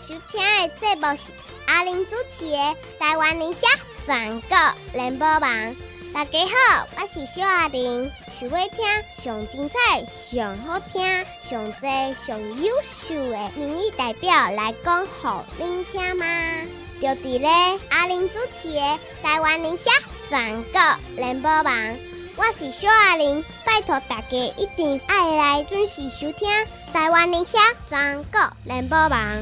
收听的节目是阿玲主持的台湾理社全国联播网。大家好，我是小阿玲，想要听上精彩、上好听、上多、上优秀的民意代表来讲给您听吗？就伫咧阿玲主持的台湾理社全国联播网。我是小阿玲，拜托大家一定要来准时收听台湾理社全国联播网。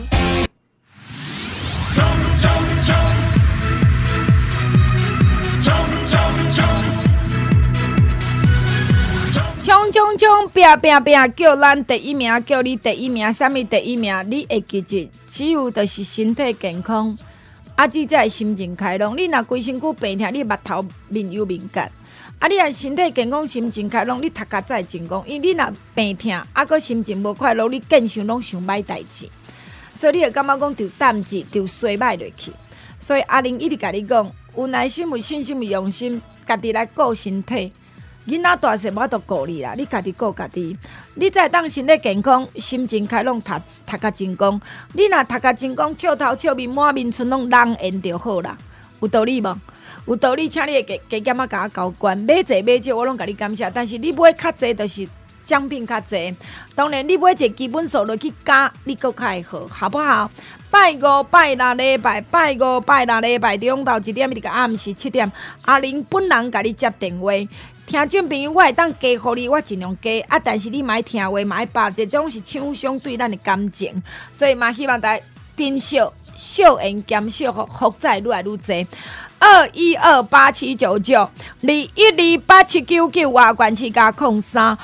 冲冲冲！拼拼拼！叫咱第一名，叫你第一名，啥物第一名？你会记住，只有就是身体健康，你才会心情开朗。你若规身躯病痛，你目头面有敏感。你若身体健康、心情开朗，你读册才会成功。因为你若病痛，佮心情无快乐，你更想拢想歹代志，所以你会感觉讲就淡志，就衰歹落去。所以阿玲一直甲你讲，有耐心、有信心、有用心，家己来顾身体。囡仔大细我都顾你啦，你家己顾家己，你才会当身体健康、心情开朗，读较成功。你若读较成功，笑头笑面满面春拢人缘就好啦，有道理无？有道理，请你加减仔甲我交关，买济买少我拢甲你感谢。但是你买较济，就是奖品较济。当然，你买一个基本数落去加，你佫较会好，好不好？拜五、拜六礼拜，拜五、拜六礼拜中昼1点一直到暗时7点，阿玲本人甲你接电话。听众朋友，我会当加予你，我尽量加。但是你莫听话，莫把这种是厂商对咱的感情，所以嘛希望大家珍惜少言减少，福仔愈来愈多。212879921287999外管气加03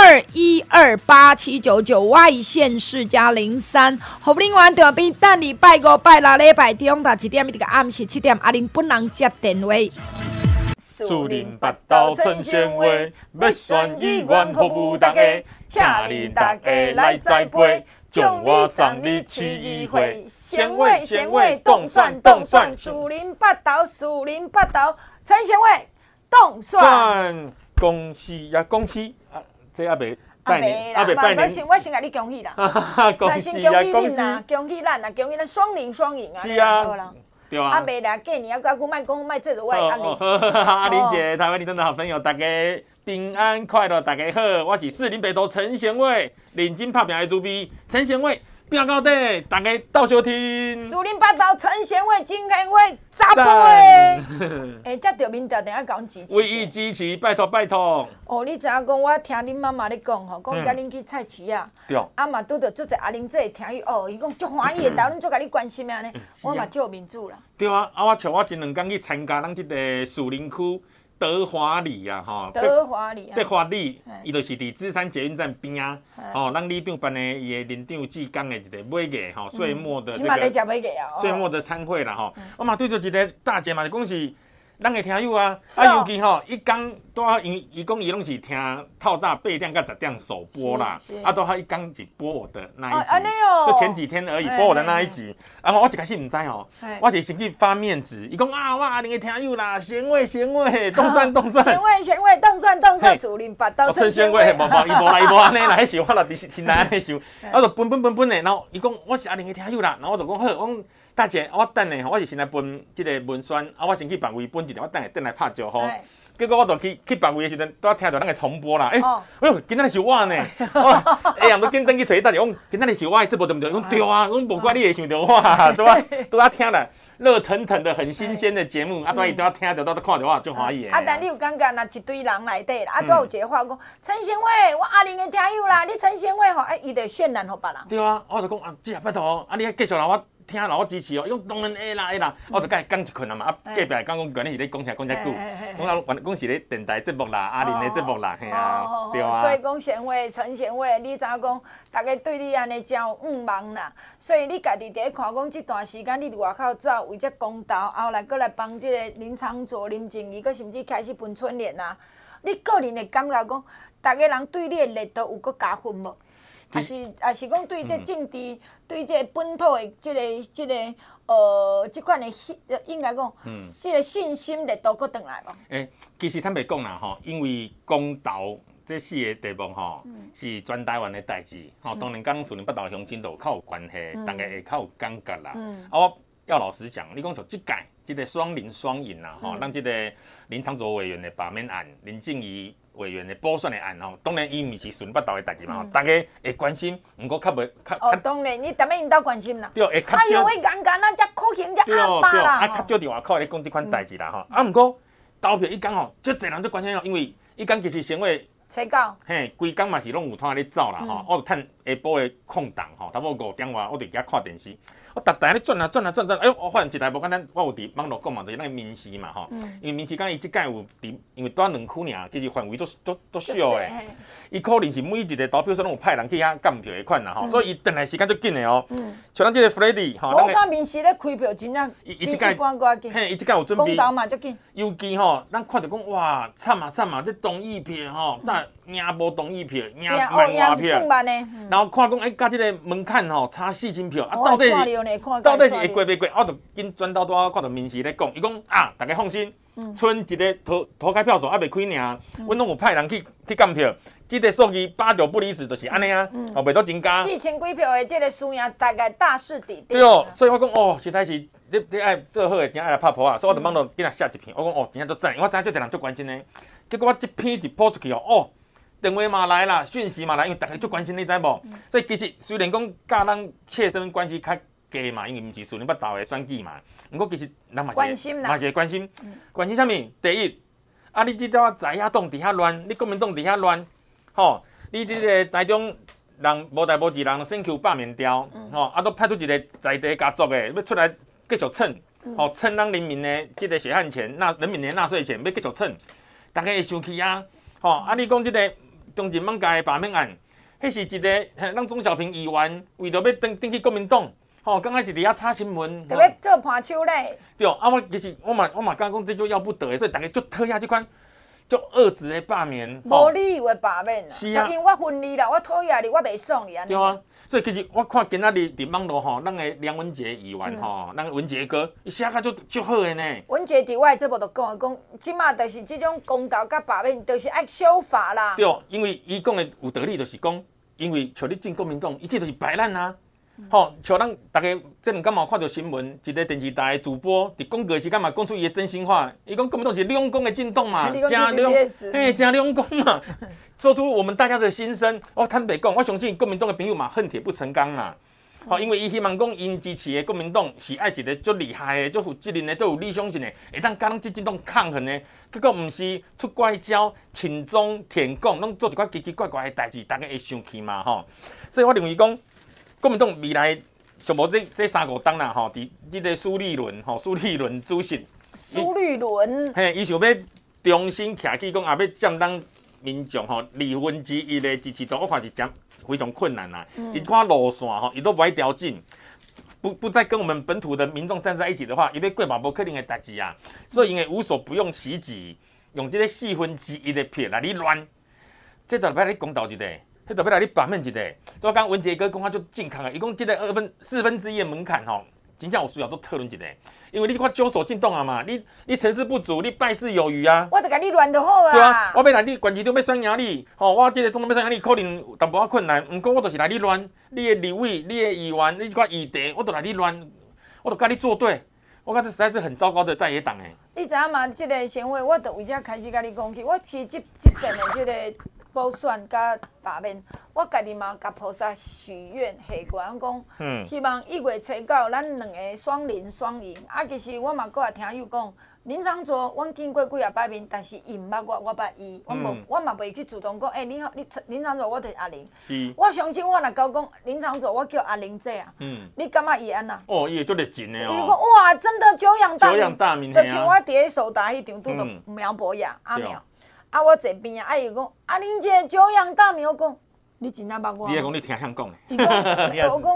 2128799外县市加03，服务人员就边等你拜五拜六礼拜中昼1点一直到暗时7点，阿玲本人接电话。 树林八道陈鲜话，要选议员服务大家，请恁大家来栽培，将我送你市议会。鲜话鲜话，动算动算， 树林八道陈鲜话，动算。 恭喜呀恭喜！这还袂拜年，还袂拜年。 我先甲你恭喜啦， 恭喜呀恭喜！ 恭喜咱啦，恭喜咱双赢双赢啊！ 是啊。对啊， 袂啦，过年啊，我莫讲莫做着我的压力。 阿玲姐，台湾你真的好朋友，大家平安快乐，大家好，我是士林北投陈贤伟，认真拍拼的主编陈贤伟，拼到底，大家到收听。 士林北投陈贤伟，金贤伟，查甫的。这着面条等下讲支持。 唯一支持，拜托拜托。 哦，你知影讲，我听恁妈妈咧讲吼，讲甲恁去菜市啊，嘛拄着足侪阿玲姐听伊哦，伊讲足欢喜的，然后恁足甲你关心的安尼，我嘛足有面子啦。 对啊，我像我前2天去参加咱即个士林区德华里啊，吼，德华里，伊就是伫芝山捷运站边啊，吼，咱里长办的伊的林长志刚的一个买艺吼，岁末的这个岁末的餐会啦吼，我嘛对着一个大姐嘛，讲是咱的听友啊，尤其吼，一讲拄好，因为伊讲伊拢是听透早8点到10点首播啦，拄好一讲是播我的那一集，就前几天而已播我的那一集，我一开始唔知哦，我是先去发面子，伊讲啊，我阿玲的听友啦，贤惠，动算，贤惠，动算， 树林八道陈贤惠，无，伊无安尼啦，迄想我啦，是来安尼想，我就分的，然后伊讲我是阿玲的听友啦，然后我就讲好，我讲大姐，我等下我是先来分即个文宣，我先去别位分一下，我等下来拍招呼。结果我就去别位的时阵，拄听到咱的重播啦。哎呦，今仔日是我呢！人都紧登去找伊大姐，讲今仔日是我的节目对不对？讲对啊，讲无怪你会想到我，拄啊听了热腾腾的、很新鲜的节目，拄啊伊拄啊听到、拄看到我，就欢喜的。 但你有感觉若一堆人内底啦，拄有一个话讲陈贤惠，我阿玲的听友啦，你陈贤惠吼，伊就渲染互别人。 对啊，我就讲姐拜托，你继续啦，我。听啦，我支持哦。伊讲当然会啦，我就甲伊讲一困啊嘛。隔壁讲原来是咧讲遮久，讲是咧电台节目啦，阿玲的节目啦，嘿啊，对啊。 所以讲贤惠，陈贤惠，你知影讲，大家对你安尼真有望啦。所以你家己伫咧看讲这段时间，你伫外口走，为这公道，后来搁来帮这个林长佐、林静怡，搁甚至开始分春联啊。你个人会感觉讲，大家人对你的力度有搁加分无？也是讲对这政治、对这本土的这款的应该讲，这个信心力度搁转来无？ 其实坦白讲啦吼，因为公投这4个题目吼，是全台湾的代志，吼，当然跟士林北投乡亲都较有关系，大家会较有感觉啦。我要老实讲，你讲像这届这个双林双赢啦，吼，咱这个林长佐委员的罢免案，林静怡委员的补选的案吼，当然伊毋是士林北投的代志嘛，大家会关心，毋过较袂较。 哦，当然，你逐摆因兜关心啦。 对，会较少。 哎呦，迄眼眼啊，遮可行，遮阿爸啦。 啊，较少伫外口咧讲即款代志啦，吼。啊，毋过投票一天吼，足侪人足关心咯，因为一天其实生活。 初九。 嘿，规工嘛是拢有摊咧走啦吼，我就趁下晡的空档吼，差不多5点外，我就伫遐看电视。我逐台咧转，哎呦，我发现一台无简单，我有伫网络讲嘛，就是咱民视嘛吼，因为民视讲伊即届有伫，因为住2区尔，其實範圍都小的，伊可能是每一個投票所攏有派人去遐撳票的款啦吼，所以伊等來時間足緊的哦。像咱即個 Freddy 吼， 我講民視咧開票真正比一般較緊， 嘿，伊即屆有準備， 公投嘛足緊， 尤其吼，咱看着講哇，慘啊，這同意票吼，但贏無同意票，贏萬外票，然後看講哎，甲即個門檻吼差4000票，啊，到底是會過袂過？我就緊轉到看到民視咧講，伊講啊，大家放心，剩一個投開票所還未開爾，阮攏有派人去撳票，即個數據八九不離十，就是安尼啊，哦，袂多增加。4000 幾票的即個輸贏大概大勢底定。 對哦，所以我講哦，實在是你愛做好的，真愛來拍破啊，所以我就網絡緊來寫一篇，我講哦，真正足讚，因為我知影足儕人足關心呢。結果我一篇一播出去哦，電話嘛來啦，訊息嘛來，因為大家足關心，你知無？所以其實雖然講甲咱切身關係較低嘛，因為毋是士林北投的選舉嘛，毋過其實人嘛是關心，關心啥物？第一，啊，你即個在野黨佇遐亂，你國民黨佇遐亂，吼，你即個台中人無代無志人選區罷免掉，吼，啊，都派出一個在地家族的要出來繼續蹭，吼，蹭咱人民的即個血汗錢，人民的納稅錢要繼續蹭，大家會生氣啊，吼，啊，你講即個中正艋舺的罷免案，迄是一個咱鍾小平議員為着要登去國民黨。吼，剛開始伫遐炒新聞， 特別做盤手咧。 對，啊，我其實我嘛剛講這就要不得的，所以大家就討厭這款就惡質的罷免， 無理由的罷免啦。 是啊， 因為我分離啦，我討厭你，我袂爽你安尼。 對啊，所以其實我看今仔日佇網絡吼，咱的梁文傑議員吼，咱文傑哥，伊寫甲足好的呢。 文傑佇我的節目就講，即馬就是這種公投甲罷免，就是愛修法啦。 對，因為伊講的有道理，就是講，因為像你進國民黨，伊這就是擺爛啊。吼，像咱大家這兩天嘛看到新聞，一個電視台的主播佇廣告時間嘛講出伊的真心話，伊講國民黨是兩公的政黨嘛，真兩公嘛，說出我們大家的心聲。我坦白講，我相信國民黨的朋友嘛恨鐵不成鋼嘛。吼，因為伊希望講因支持的國民黨是愛一個足厲害的、足負責任的、足有理想性的，會當甲咱這政黨抗衡的。結果毋是出怪招、親中、舔共，攏做一寡奇奇怪怪的代志，大家會生氣嘛吼。所以我認為講。國民黨未來上無這3-5天啦，吼，佇這個蘇立倫主席， 蘇立倫， 嘿，伊想要重新徛起講，也要佔咱民眾吼1/2的支持度，我看是真非常困難啦。伊看路線吼，伊都不愛調整，不再跟我們本土的民眾站在一起的話，伊要過嘛無可能的代志啊。所以因為無所不用其極，用這個1/4的票來你亂，這就要你公道一個。迄特別來你罷免一個，所以講文傑哥講話就健康啊，伊講即個1/4的門檻吼，真正有需要都討論一個，因為你這塊久守進黨啊嘛，你成事不足，你敗事有餘啊。 我就甲你亂就好啊。 對啊，我要來你縣市長要選贏你，吼，我這個總統要選贏你，可能淡薄仔困難，毋過我就是來你亂，你的立委、你的議員、你這塊議題，我都來你亂，我都甲你作對，我覺得實在是很糟糕的在野黨誒。 你知影嘛？這個先會，我就為這開始甲你講起，我其實這邊的這個。補選甲罷免，我家己嘛甲菩薩許願下過，講希望1月初9咱兩個雙林雙贏。啊，其實我嘛閣也聽友講，林長佐，阮見過幾啊擺面，但是伊毋捌我捌伊，我嘛袂去主動講，你好，林長佐，我就是阿玲。是。我相信我若甲講林長佐，我叫阿玲姐啊。你感覺伊安那？哦，伊會足熱情的哦。伊講哇，真的久仰大名。就像我佇咧蘇達迄場拄到苗博雅阿苗。啊！我坐邊啊，伊講啊，恁姐久仰大名，我講你真正捌我。你講你聽香講的。伊講，我講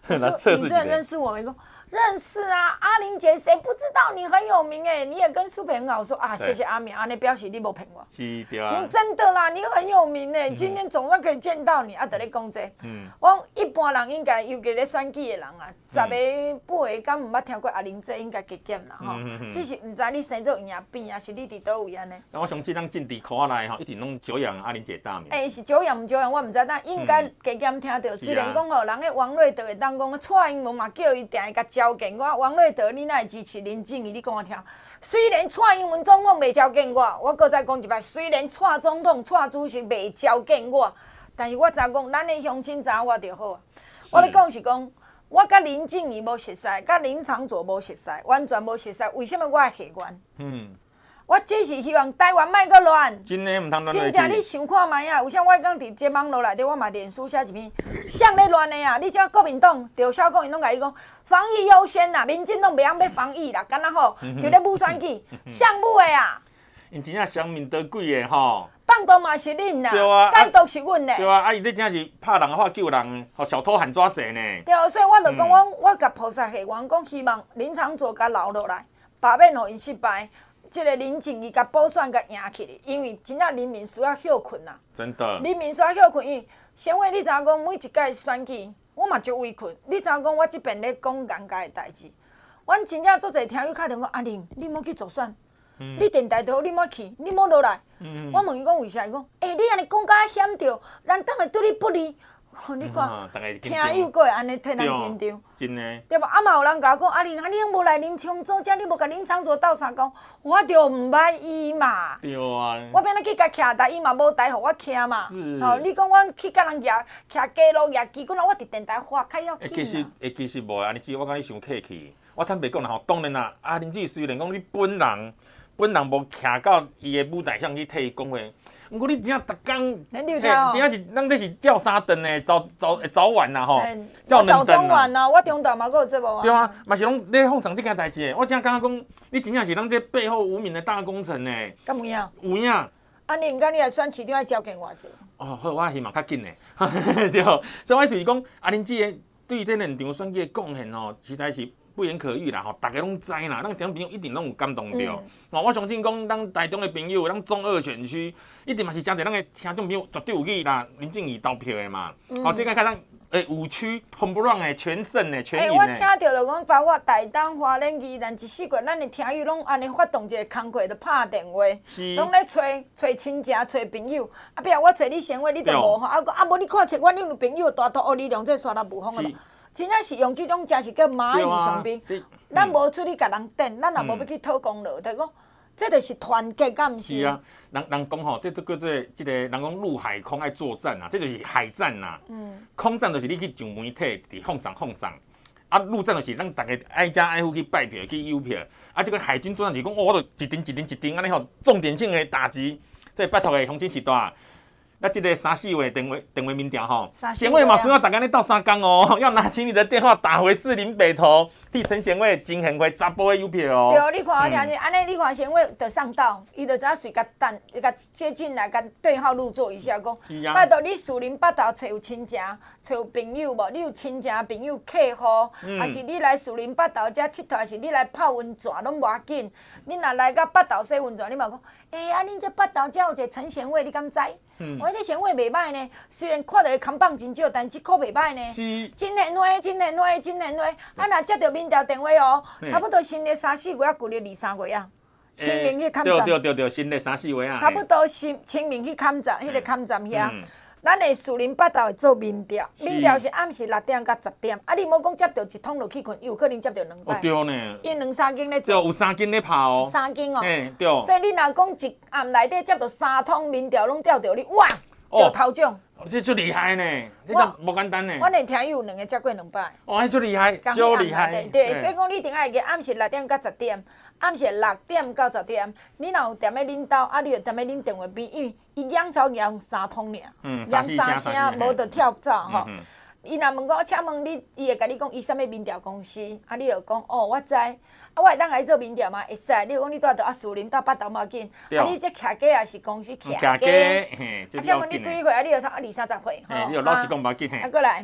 来测试你真的认识我？你说认识啊，阿玲姐，谁不知道你很有名哎？你也跟苏培很好，说啊，谢谢阿明，安尼表示你无骗我。 是对啊。 你真的啦，你很有名哎，今天总算可以见到你，就咧讲这。我一般人应该，尤其咧选举的人啊，10个8个敢唔捌听过阿玲姐，应该加减啦吼。只是唔知你生做院边啊，是你伫倒位安尼？ 我相信咱政治科内吼，一定拢久仰阿玲姐大名。 是久仰唔久仰，我唔知，但应该加减听到。虽然讲吼，人迄王瑞德会当讲，蔡英文嘛叫伊定甲召见我，王瑞德你哪会支持林静怡？你讲我听。虽然蔡英文总统未召见我搁再讲一摆，虽然蔡总统、蔡主席未召见我，但是我知讲，咱的乡亲知我就好啊。我咧讲是讲，我甲林静怡无熟识，甲林长佐无熟识，完全无熟识。为什么我会下关？我只是希望台湾莫阁乱。 真诶，唔通乱。 真正你想看卖啊？有啥我讲伫这网络内底，我嘛脸书写一篇，谁咧乱的啊？你只国民党、赵少康因拢甲伊讲，防疫优先啦，民进党袂晓要防疫啦，敢若吼就咧武选举，谁武的啊？ 因真正乡民得贵的吼。 放毒嘛是恁啦， 对啊， 监督是阮的。 对啊，啊伊这真是拍人话救人，互小偷喊抓贼呢。 对，所以我就讲我甲菩萨下愿讲，希望林长佐甲留落来，罢免互因失败。这个林静怡甲补选甲赢起哩，因为真正人民需要休困呐。 真的。 人民需要休困，因为先话你知影讲每一届选举，我嘛就畏困。你知影讲我即边咧讲人家的代志，阮真正足侪听友敲电话讲阿玲，你莫去做选，你电台都你莫去，你莫落来。我问伊讲为啥？伊讲，你安尼讲甲险着，人当会对你不利。你看，听友阁会安尼替咱紧张， 真诶， 对吧？啊嘛有人甲我讲，阿玲，你拢无来林冲做，遮你无甲林长做斗相共，我着毋捌伊嘛。 对啊。 我变哪去甲徛台，伊嘛无台互我徛嘛。吼，你讲我去甲人徛街路徛机，我伫电台发较要紧啦。 其实无安尼只我讲你伤客气。我坦白讲啦吼，当然啦，阿玲姐虽然讲你本人无徛到伊的舞台上去替伊讲话。毋过你真正逐工，真正是咱这是叫三顿的，早晚啦吼，叫两顿啦。早中晚啊，我中昼嘛阁有节目啊。 对啊，嘛是拢咧奉上这件代志的。我真感觉讲，你真正是咱这背后无名的大功臣呢。 敢有影？ 有影。 啊，你毋敢你来选市长来召见我者？ 哦，好，我希望较紧的。对，所以我就是讲，阿玲姐对于这两场选举的贡献哦，实在是不言可喻啦吼，大家拢知啦，咱听众朋友一定拢有感动到。我相信讲，咱台中的朋友，咱中二选区，一定嘛是真侪咱的听众朋友绝对有去啦林静怡投票的嘛。这个看咱5区红不让的全胜的全赢的。 我听到就讲，包括台东、花莲、宜兰一四国，咱的听友拢安尼发动一个工课，就拍电话，拢咧找亲戚、找朋友。啊，比如我找你先话，你就无吼，啊无你看找我，你有朋友大图学力量，这刷到无风了。真正是用这种真是叫蚂蚁上边，咱无出去甲人顶，咱也无要去讨功劳，就讲这就是团结，敢毋是？ 是啊，人讲吼，这叫做这个人讲陆海空爱作战啊，这就是海战呐。空战就是你去上媒体伫放仗，啊，陆战就是咱大家挨家挨户去拜票去邮票，啊，这个海军作战就是讲，我著一丁安尼吼，重点性的打击，这拜托的乡亲时代。那这个3、4月电话民调吼，贤惠嘛需要大家咧斗3工哦，要拿起你的电话打回士林北投，替陈贤惠金恒辉查甫的邮票哦。 对，你看我听见，安尼你看贤惠就上道，伊就知影随甲等，甲接进来，甲对号入座一下，讲拜托你士林北投找有亲戚，找有朋友无？你有亲戚朋友客户，还是你来士林北投遮佚佗，还是你来泡温泉拢无要紧。你若来到北投洗温泉，你嘛讲，啊，恁这北投遮有一个陈贤惠，你敢知？我这贤惠袂歹呢，虽然看到伊扛棒真少，但这可袂歹呢。是。真贤惠。啊，若接到民调电话哦，差不多新的3、4月啊，旧的2、3月啊，清明去勘站。 对，新的3、4月啊。 差不多清明去勘站，迄个勘站遐。咱的士林北投会做民调，民调是暗时6点到10点，啊，你莫讲接到一通落去困，有可能接到2摆。 对呢。 因2、3间咧做。 有3间咧拍哦。 3间哦。 对。 所以你若讲一暗内底接到3通民调，拢调到你，哇，就头奖。 这足厉害呢，这个无简单呢。 我连听有2个接过2摆。 哦，迄足厉害，足厉害。 对，所以讲你定爱个暗时6点到10点，暗时6点到10点，你若有踮咧恁兜，啊，你就踮咧恁电话边，因为伊养草养3通尔，养3声，无就跳走吼。伊若问我，请问你，伊会甲你讲伊啥物民调公司，啊，你就讲哦，我知。啊，我会当来做民调嘛，会使。你讲你住到士林到北投无要紧，啊，你这徛家也是公司徛家。啊，请问你几岁啊？你就2、30岁吼。 你就老实讲无要紧嘿。 啊，过来，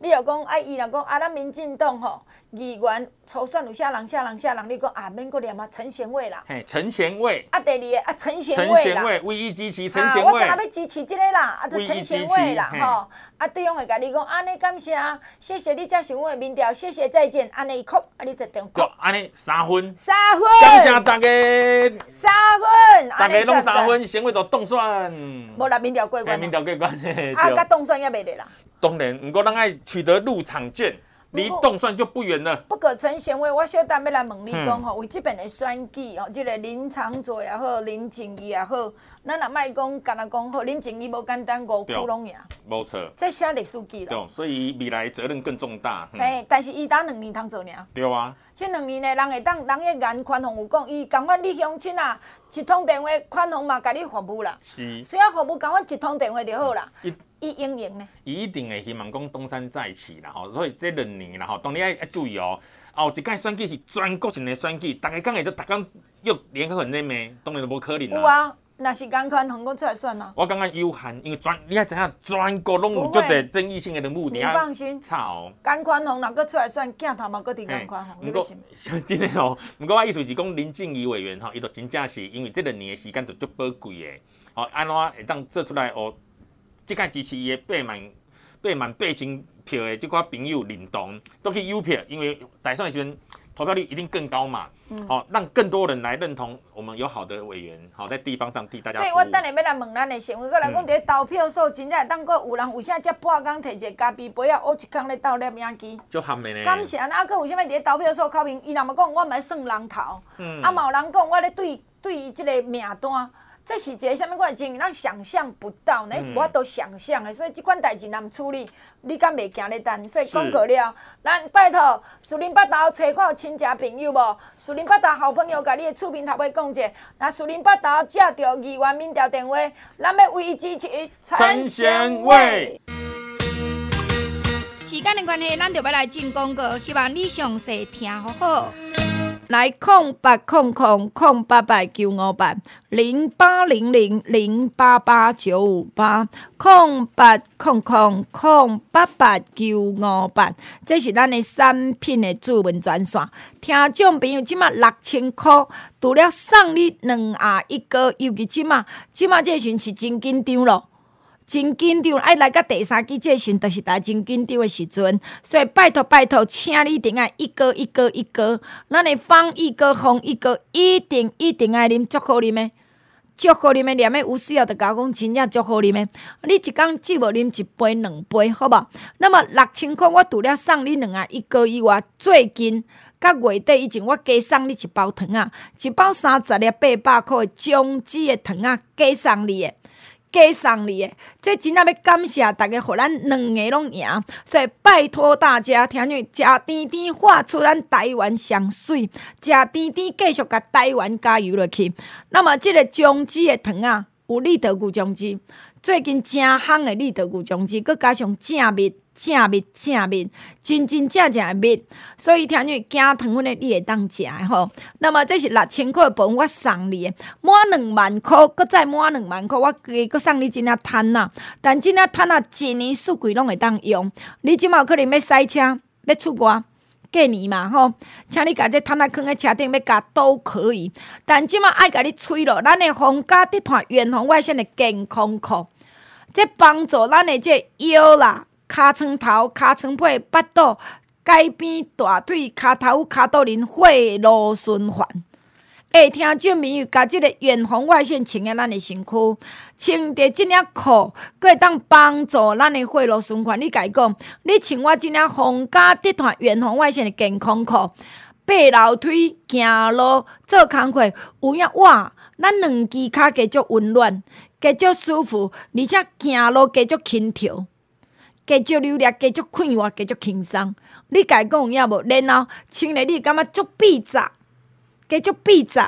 你又讲伊若讲咱民进党吼，议员初选有啥人，你讲免搁念陈贤伟啦。 嘿，陈贤伟。 第二个陈贤伟啦。 唯一支持陈贤伟。 我敢若要支持即个啦，就陈贤伟啦，吼。对方会甲你讲安尼感谢，谢谢你接受我的民调，谢谢再见，安尼扣，你一张扣。 安尼3分。 3分。 感谢大家。 3分。 大家拢3分，贤伟就当选。 无啦，民调过关。 民调过关。 甲当选也袂得啦。 当然，不过咱爱取得入场券。离当选就不远了。 不过陈贤伟，我小等要来问你讲吼，为这边的选举吼，这个林长佐也好，林静怡也好，咱若莫讲，干那讲好，林静怡无简单，5区拢赢。无错。 这写历史记了。 对，所以未来责任更重大。 嘿，但是伊打2年通做尔。 对啊。 这2年呢，人会当，人个眼宽宏有讲，伊共阮你乡亲啊，一通电话宽宏嘛，甲你服务啦。是。需要服务，共阮一通电话就好啦。伊应用呢？伊一定会希望讲东山再起啦吼，所以这2年啦吼，当然要注意哦。后一届选举是全国性的选举，大家讲会都大家又联合很内咩，当然就无可能啦。 有啊，若是眼宽宏讲出来选啊。 我感觉有限，因为你还知影全国拢有足侪争议性的人物， 你放心。 操！ 眼宽宏若搁出来选，镜头嘛搁伫眼宽宏，你要信？ 真的哦，不过我意思是讲林静怡委员吼，伊就真正是因为这2年的时间就足宝贵的，哦，安怎会当做出来哦？即届支持伊的88000票的即寡朋友认同，都去邮票，因为大选的时阵投票率一定更高嘛。好，让更多人来认同我们有好的委员，好在地方上替大家服务。 所以我等下要来问咱的贤伟，我来讲，伫投票所真正会当个有人有啥才半工摕一个咖啡杯啊，学一工咧倒摄影机。 就含的呢。 感谢，啊，搁有啥物伫投票所口面？伊若么讲，我毋爱算人头，啊，嘛有人讲我咧对即个名单。这是一个什么款的情形，咱想象不到，那是无法度想象的，所以这款代志难处理，你敢袂惊咧等？所以讲过了，咱拜托树林北投找看有亲戚朋友无？树林北投好朋友，甲你的厝边头尾讲者，那树林北投接到议员民调电话，咱要为伊支持陈贤伟。 时间的关系，咱就要来进广告，希望你详细听好好。来0800088958 0800088958，这是咱的产品的主文专线。听众朋友，即马6000块，除了送你2盒1个，尤其即马这时是真紧张咯。真紧张，爱来到第3季这时，就是大真紧张的时阵，所以拜托，请你一定要一哥，咱的方一哥、红一哥，一定爱啉，足好啉的，念的有需要就甲我讲，真正足好啉的。你一工只无啉1杯2杯，好无？那么6000块，我除了送你2盒1个以外，最近到月底以前，我加送你1包糖啊，1包30粒800块的姜子的糖啊，加送你的。这真正要感谢大家，互咱2个拢赢，所以拜托大家，听见食甜甜画出咱台湾上水，食甜甜继续甲台湾加油落去。那么这个姜子的糖啊，有利德古姜子，最近真夯的利德古姜子，佮加上正蜜，真正的蜜，所以听见姜糖粉的你会当食的吼。那么这是6000块的部分我送你的，满2万块，佮再满2万块，我加佮送你真正摊啊。但真正摊啊，一年四季拢会当用。你即马有可能要塞车，要出国。过年嘛吼，请你把这摊仔放在车顶要加都可以。但即马爱甲你吹咯，咱的皇家集团远红外线的健康裤，这帮助咱的这腰啦。尻川头、尻川背、腹肚、改边、大腿、骹头、骹肚仁、血路循环。听众朋友，甲即个远红外线穿在咱的身躯，穿着即领裤，佫会当帮助咱的血路循环。你家讲，你穿我即领皇家集团远红外线的健康裤，爬楼梯、行路、做工课，有影哇，咱2支骹加足温暖，加足舒服，而且行路加足轻佻。加足流力，加足快活，加足轻松。你家讲有影无？然后穿咧你感觉足闭杂，加足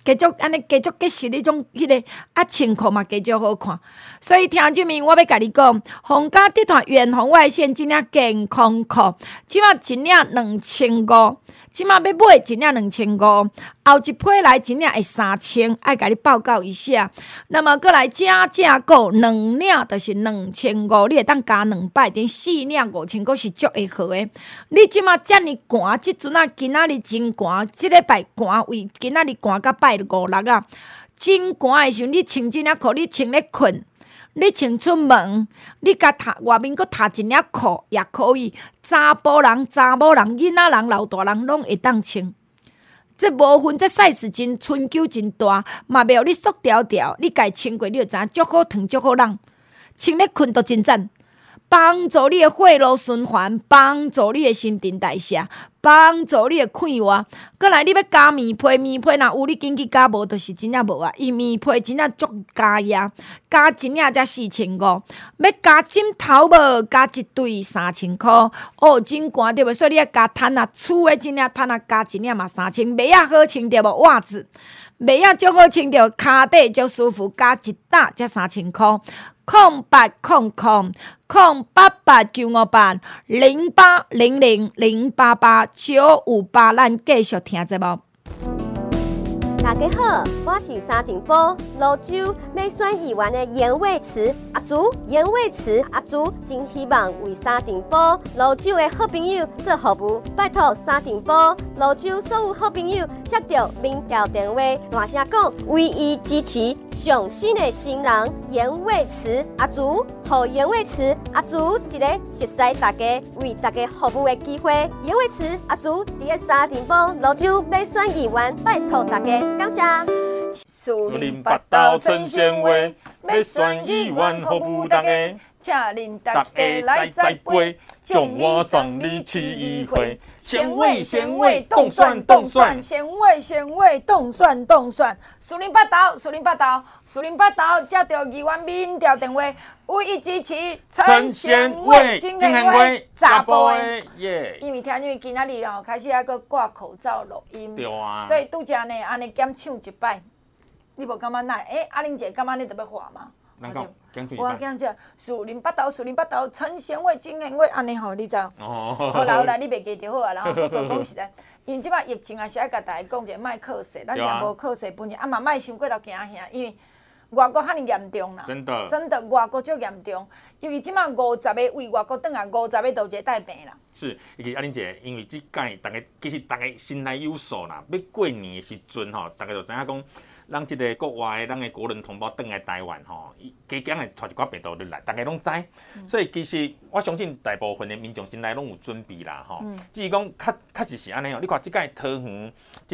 继续安尼继续结实迄种迄个情况嘛，继续好看。所以听众们，我要甲你讲，皇家集团远红外线即领健康裤，即马一领2500，即马要买一领2500，后一批来一领会3000，爱甲你报告一下。那么过来加价购2领就是2500，你会当加200，等4领5500是足会好诶。你即马遮尔寒，即阵啊今仔日真寒，即礼拜寒为今仔日寒到拜5、6啊，真寒诶时阵，你穿即领裤，你穿咧困。你穿出门，你甲外面搁搭一领裤也可以。查甫人、查某人、囡仔人、老大人拢会当穿。这无分，这 size 真春秋真大，嘛袂互你缩条条。你家穿过，你就知影足好烫、足好冷。穿咧困都真赞，帮助你的血路循环，帮助你的新陈代谢，帮助你的快活。过来，你要加棉被，棉被若有你紧去加，无就是真正无啊。伊棉被真正足加压，加一领才4500，要加枕头无？加一对3000块。哦，真寒对无？所以你要加毯啊，厝的真领毯啊，加一领嘛3000。袜仔好穿对无？袜子，袜仔足好穿对，骹底足舒服，加一打才3000块。0800-080-0888，咱继续听节目。 大家好，我是沙尘暴泸州美选议员的严伟慈阿祖，严伟慈阿祖真希望为沙尘暴泸州的好朋友做服务，拜托沙尘暴泸州所有好朋友接到民调电话，大声讲，唯一支持上新的新人严伟慈阿祖，互严伟慈阿祖一个熟悉大家、为大家服务的机会。严伟慈阿祖伫个沙尘暴泸州美选议员，拜托大家。感谢。 树林八斗春鲜话，要选议员服务大家， 请恁大家来栽培， 将我送你去议会。 鲜味鲜味，动算动算，鲜味鲜味，动算动算。树林八斗，树林八斗，树林八斗，接到议员民调电话，唯一支持陈鲜味、金贤威、查甫的耶。因为今仔日吼开始还搁挂口罩录音， 对啊， 所以拄则呢安尼减唱一摆，你无感觉哪？阿玲姐感觉你特别话吗？我讲这树林八斗，树林八斗，陈贤伟、金贤伟，安尼吼，你知？好啦好啦，你袂记就好啊。然后不过讲实在，因为即摆疫情也是爱甲大家讲者，莫靠势，咱也无靠势本钱，嘛莫伤过头惊吓，因为外国遐尼严重啦。真的，外国足严重，尤其即摆50个为外国转来，50个都一个带病啦。 是，而且阿玲姐，因为即届大家其实大家心内有数啦，要过年的时阵吼，大家就知影讲。咱即个国外的咱的国人同胞转来台湾吼，加减会带一寡病毒入来，大家拢知。所以其实我相信大部分的民众心内拢有准备啦吼。至于讲确实是安尼哦，你看即届桃园即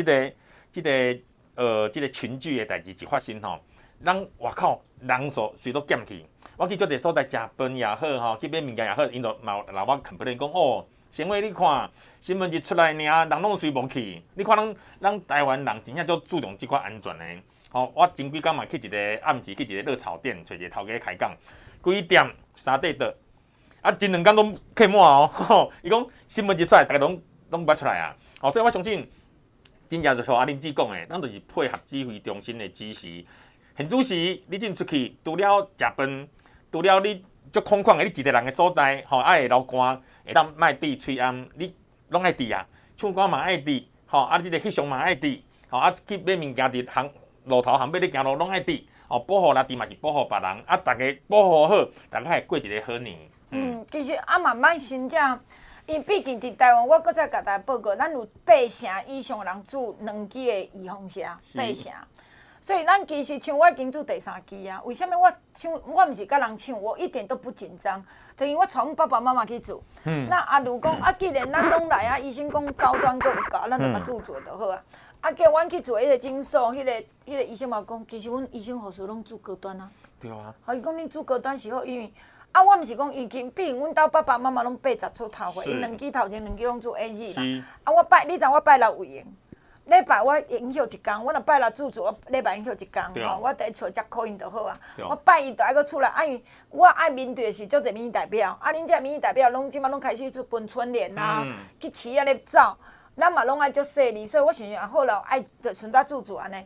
个群聚的代志一发生吼，咱外口人数随都减去。我去足侪所在食饭也好吼，去买物件也好，因都老我complain讲哦。先话你看，新闻一出来尔，人拢随无去。你看咱台湾人真正足注重即款安全的。吼，我前几工嘛去一个暗时去一个热炒店，找一个头家开讲，规店3块倒，啊，前2工拢客满哦。吼，伊讲新闻一出来，大家拢捌出来啊。吼，所以我相信，真正就像阿林子讲的，咱就是配合指挥中心的指示。现主时你进出去，除了食饭，除了你足空旷的你一个人的所在，吼，爱会流汗。会当莫滴喙暗，你拢爱滴啊，唱歌嘛爱滴，吼啊！即个翕相嘛爱滴，吼啊！去买物件伫路头巷尾咧行路拢爱滴，吼保护咱滴嘛是保护别人，啊！大家保护好，大家会过一个好年。 其实慢慢真正，因毕竟伫台湾，我搁再甲大家报告，咱有8成以上人住2支的预防车，8成。所以咱其实像我已经做第3支啊，为什么我毋是甲人抢，我一点都不紧张。等于我带阮爸爸妈妈去做，那阿如讲既然咱拢来啊，医生讲高端更有够，咱就甲做就好啊。叫阮去做迄个诊所，迄个医生嘛讲，其实阮医生护士拢做高端啊。 对啊。 伊讲恁做高端是好，因为我毋是讲毕竟阮兜爸爸妈妈拢80出头岁，因2支头前2支拢做 A 字啦。你知我拜六有闲。礼拜我延休一工，我若拜六做，我礼拜延休一工，吼，我第一找接考因就好啊。我拜一就爱搁出来，因为我爱面对的是足侪民意代表，恁遮民意代表拢即摆拢开始去分春联啦，去市啊咧走，咱嘛拢爱足细腻，所以我想好了，爱就顺带做安尼。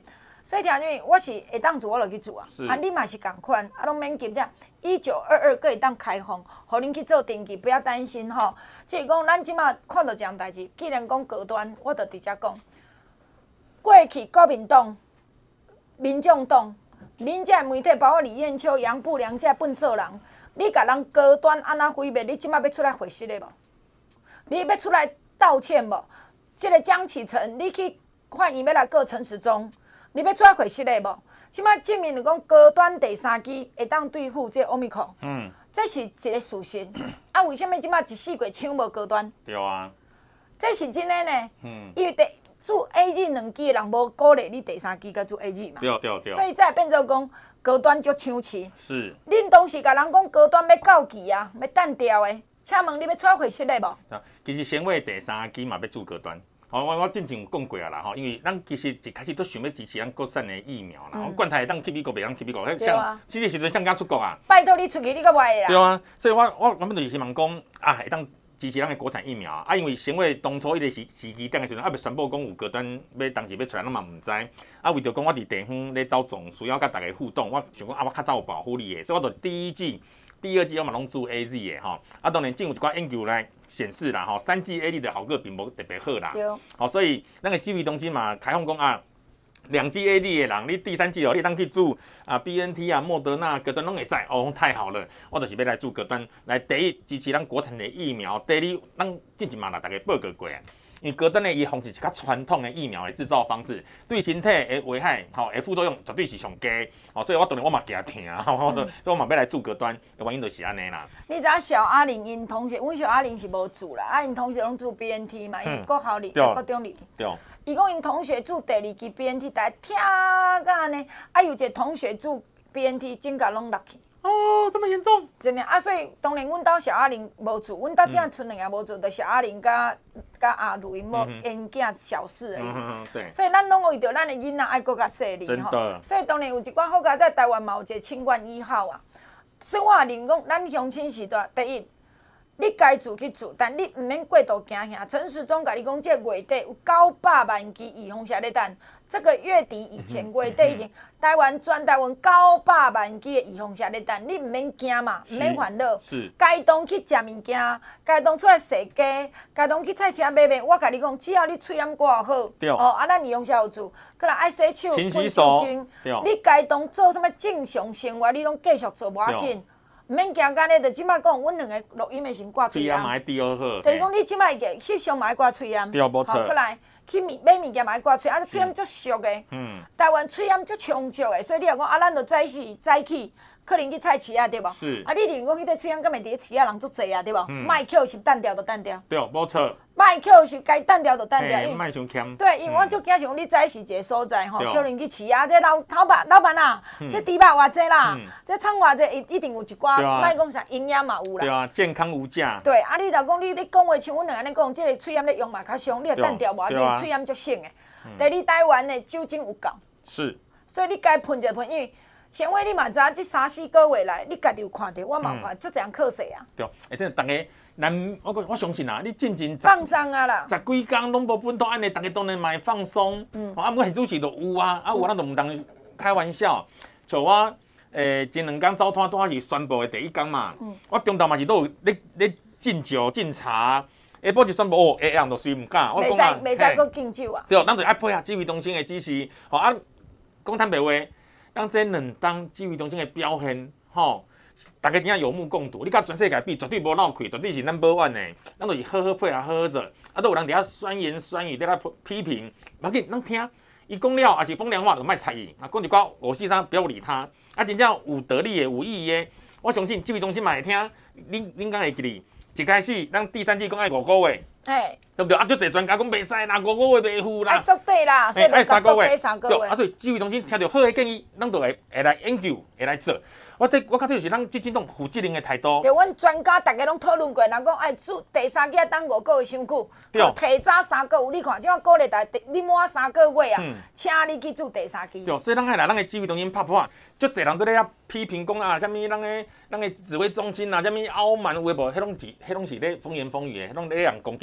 所以听因我是会当做我就去做啊，啊你嘛是共款，啊拢免紧张。1922个会当开放，互恁去做登记，不要担心吼。即是讲咱即马看到一样代志，既然讲高端，我就直接讲，过去国民党、民众党，恁遮媒体包括李彦秋、杨步良遮笨色人，你甲人高端安那毁灭，你即马要出来悔失的无？你要出来道歉无？即个江启臣，你去看伊要来告陈时中，你要出来悔失的无？即摆证明就讲高端第三期会当对付这 Omicron， 这是一个事实。啊，为什么即摆一四月抢无高端？ 对啊， 这是真的呢。因为做 AZ 2期的人无鼓励你第三期甲做 AZ 嘛。 对。 所以才变做讲高端足抢市。 是。 恁当时甲人讲高端要到期啊，要单调的，请问你要出来回实的无？ 其实先话第三期嘛要做高端。我之前有讲过啊啦，因为咱其实一开始都想要支持咱国产的疫苗啦，冠台当去美国，袂当去美国，像这个时阵像敢出国啊。 拜托你出去，你个歪啦。 对啊，所以我原本就是希望讲啊，会当支持咱的国产疫苗啊，因为先话当初迄个时期点的时阵，还袂宣布讲有高端要当时要出来，咱嘛唔知。啊，为着讲我伫地方咧走总，需要甲大家互动，我想讲啊，我较早有保护你的，所以我就第一季、第二季我嘛拢做 AZ 的吼。啊，当然进有一寡研究来显示啦，吼，3剂 AZ 的效果并无特别好啦。对。所以咱个指挥中心嘛开放讲啊，2剂 AZ 的人，你第3剂你当去做啊 BNT 啊、莫德纳、高端拢会使，太好了，我就是要来做高端，来第一支持咱国产的疫苗，第二咱之前嘛来大家报告过啊。因为高端的伊方式是较传统的疫苗的制造方式，对身体的危害、的副作用绝对是上低，所以我当然我嘛惊听，所以我嘛要来做高端，原因就是安尼啦。 你知影小阿玲因同学，阮小阿玲是无做啦，因同学拢做 BNT 嘛，因为国校里、国中里。 对。 伊讲因同学做第2期 BNT， 大家听甲安尼，有一个同学做 BNT， 整甲拢落去。 这么严重？ 真的啊，所以当然阮兜小阿玲无做，阮兜只剩2个无做，就小阿玲甲阿卢因某因囝小事而已。 对。 所以咱拢为着咱的囡仔爱搁较细腻吼。所以当然有一寡好佳在台湾嘛有一个清冠1号啊。所以我也认讲，咱乡亲时代第一，你该做去做，但你毋免过度惊吓。陈时中甲你讲，这月底有900万剂预防针咧等。这个月底以前，月底以前，台湾全台湾900万剂的预防针咧等，你毋免惊嘛，毋免烦恼。 是。 该当去食物件，该当出来踅街，该当去菜市买卖。我甲你讲，只要你喙炎挂好，咱预防针有做，过来爱洗手、 勤洗手。 你该当做什么正常生活，你拢继续做，无要紧。毋免惊干咧，就即摆讲，阮2个录音的先挂喙炎。 喙炎嘛爱滴好。 就是讲，你即摆个翕相嘛爱挂喙炎。 对，无错。 过来。去买物件嘛爱挂喙，喙炎足俗的。台湾喙炎足充足的，所以你若讲咱就早起，可能去菜市啊，对无？ 是。 你认讲迄个喙炎，敢会伫咧市啊人足济啊，对无？卖扣是单调就单调。 对，无错。 卖扣是该单调就单调。 卖伤欠。 对，因为我足惊想你早是一个所在吼，叫人去市啊，这老板啊，这猪肉偌济啦，这葱偌济，一定有一寡，莫讲啥营养嘛有啦。 对啊，健康无价。 对，你若讲你讲话像阮2个安尼讲，这个喙炎咧用嘛较伤，你也单调无要紧，喙炎足省的。第二，台湾的酒精有够。 是。所以你该喷就喷，因为先话你嘛知影，这3-4个月来，你家己有看到，我嘛有看，足侪人靠势啊。 对，真大家。我相信啊，你进前放松啊啦 ，10几天拢无本土安尼，大家当然嘛会放松。啊，不过现主持就有啊，有咱就唔当开玩笑。像我前2天走摊是宣布的第1天嘛，我中昼嘛是都有咧敬酒敬茶，下晡就宣布下暗就睡唔敢。 袂使搁敬酒啊。 对，咱就爱配合指挥中心的指示。讲坦白话，咱这2天指挥中心的表现，大家真正有目共睹，你甲全世界比，绝对无闹亏，绝对是 No.1 的。咱就是好好配合，好好做。啊，都有人伫遐酸言酸语，伫遐批评，不要紧，咱听。伊讲了，也是风凉话，就莫睬伊。啊，讲一寡543，不要理他。啊，真正有得力的、有意义的，我相信指挥中心嘛会听。恁敢会记哩？一开始咱第3季讲爱5个月，对不对？啊，足侪专家讲袂使啦，5个月袂赴啦。 爱缩短啦，所以就缩短3个月。 啊，所以指挥中心听到好的建议，咱就会来研究，会来做。我较对就是咱即种负责任的态度。 对，阮专家大家拢讨论过，人讲爱做第3季等5个月伤久，提早3个月。你看，即摆鼓励大家，你满3个月啊，请你去做第3季。 对，所以咱来咱的指挥中心拍破，足侪人都咧批评讲啊，啥物咱的指挥中心啊，啥物傲慢有诶无，迄拢是咧风言风语的，迄拢咧人攻击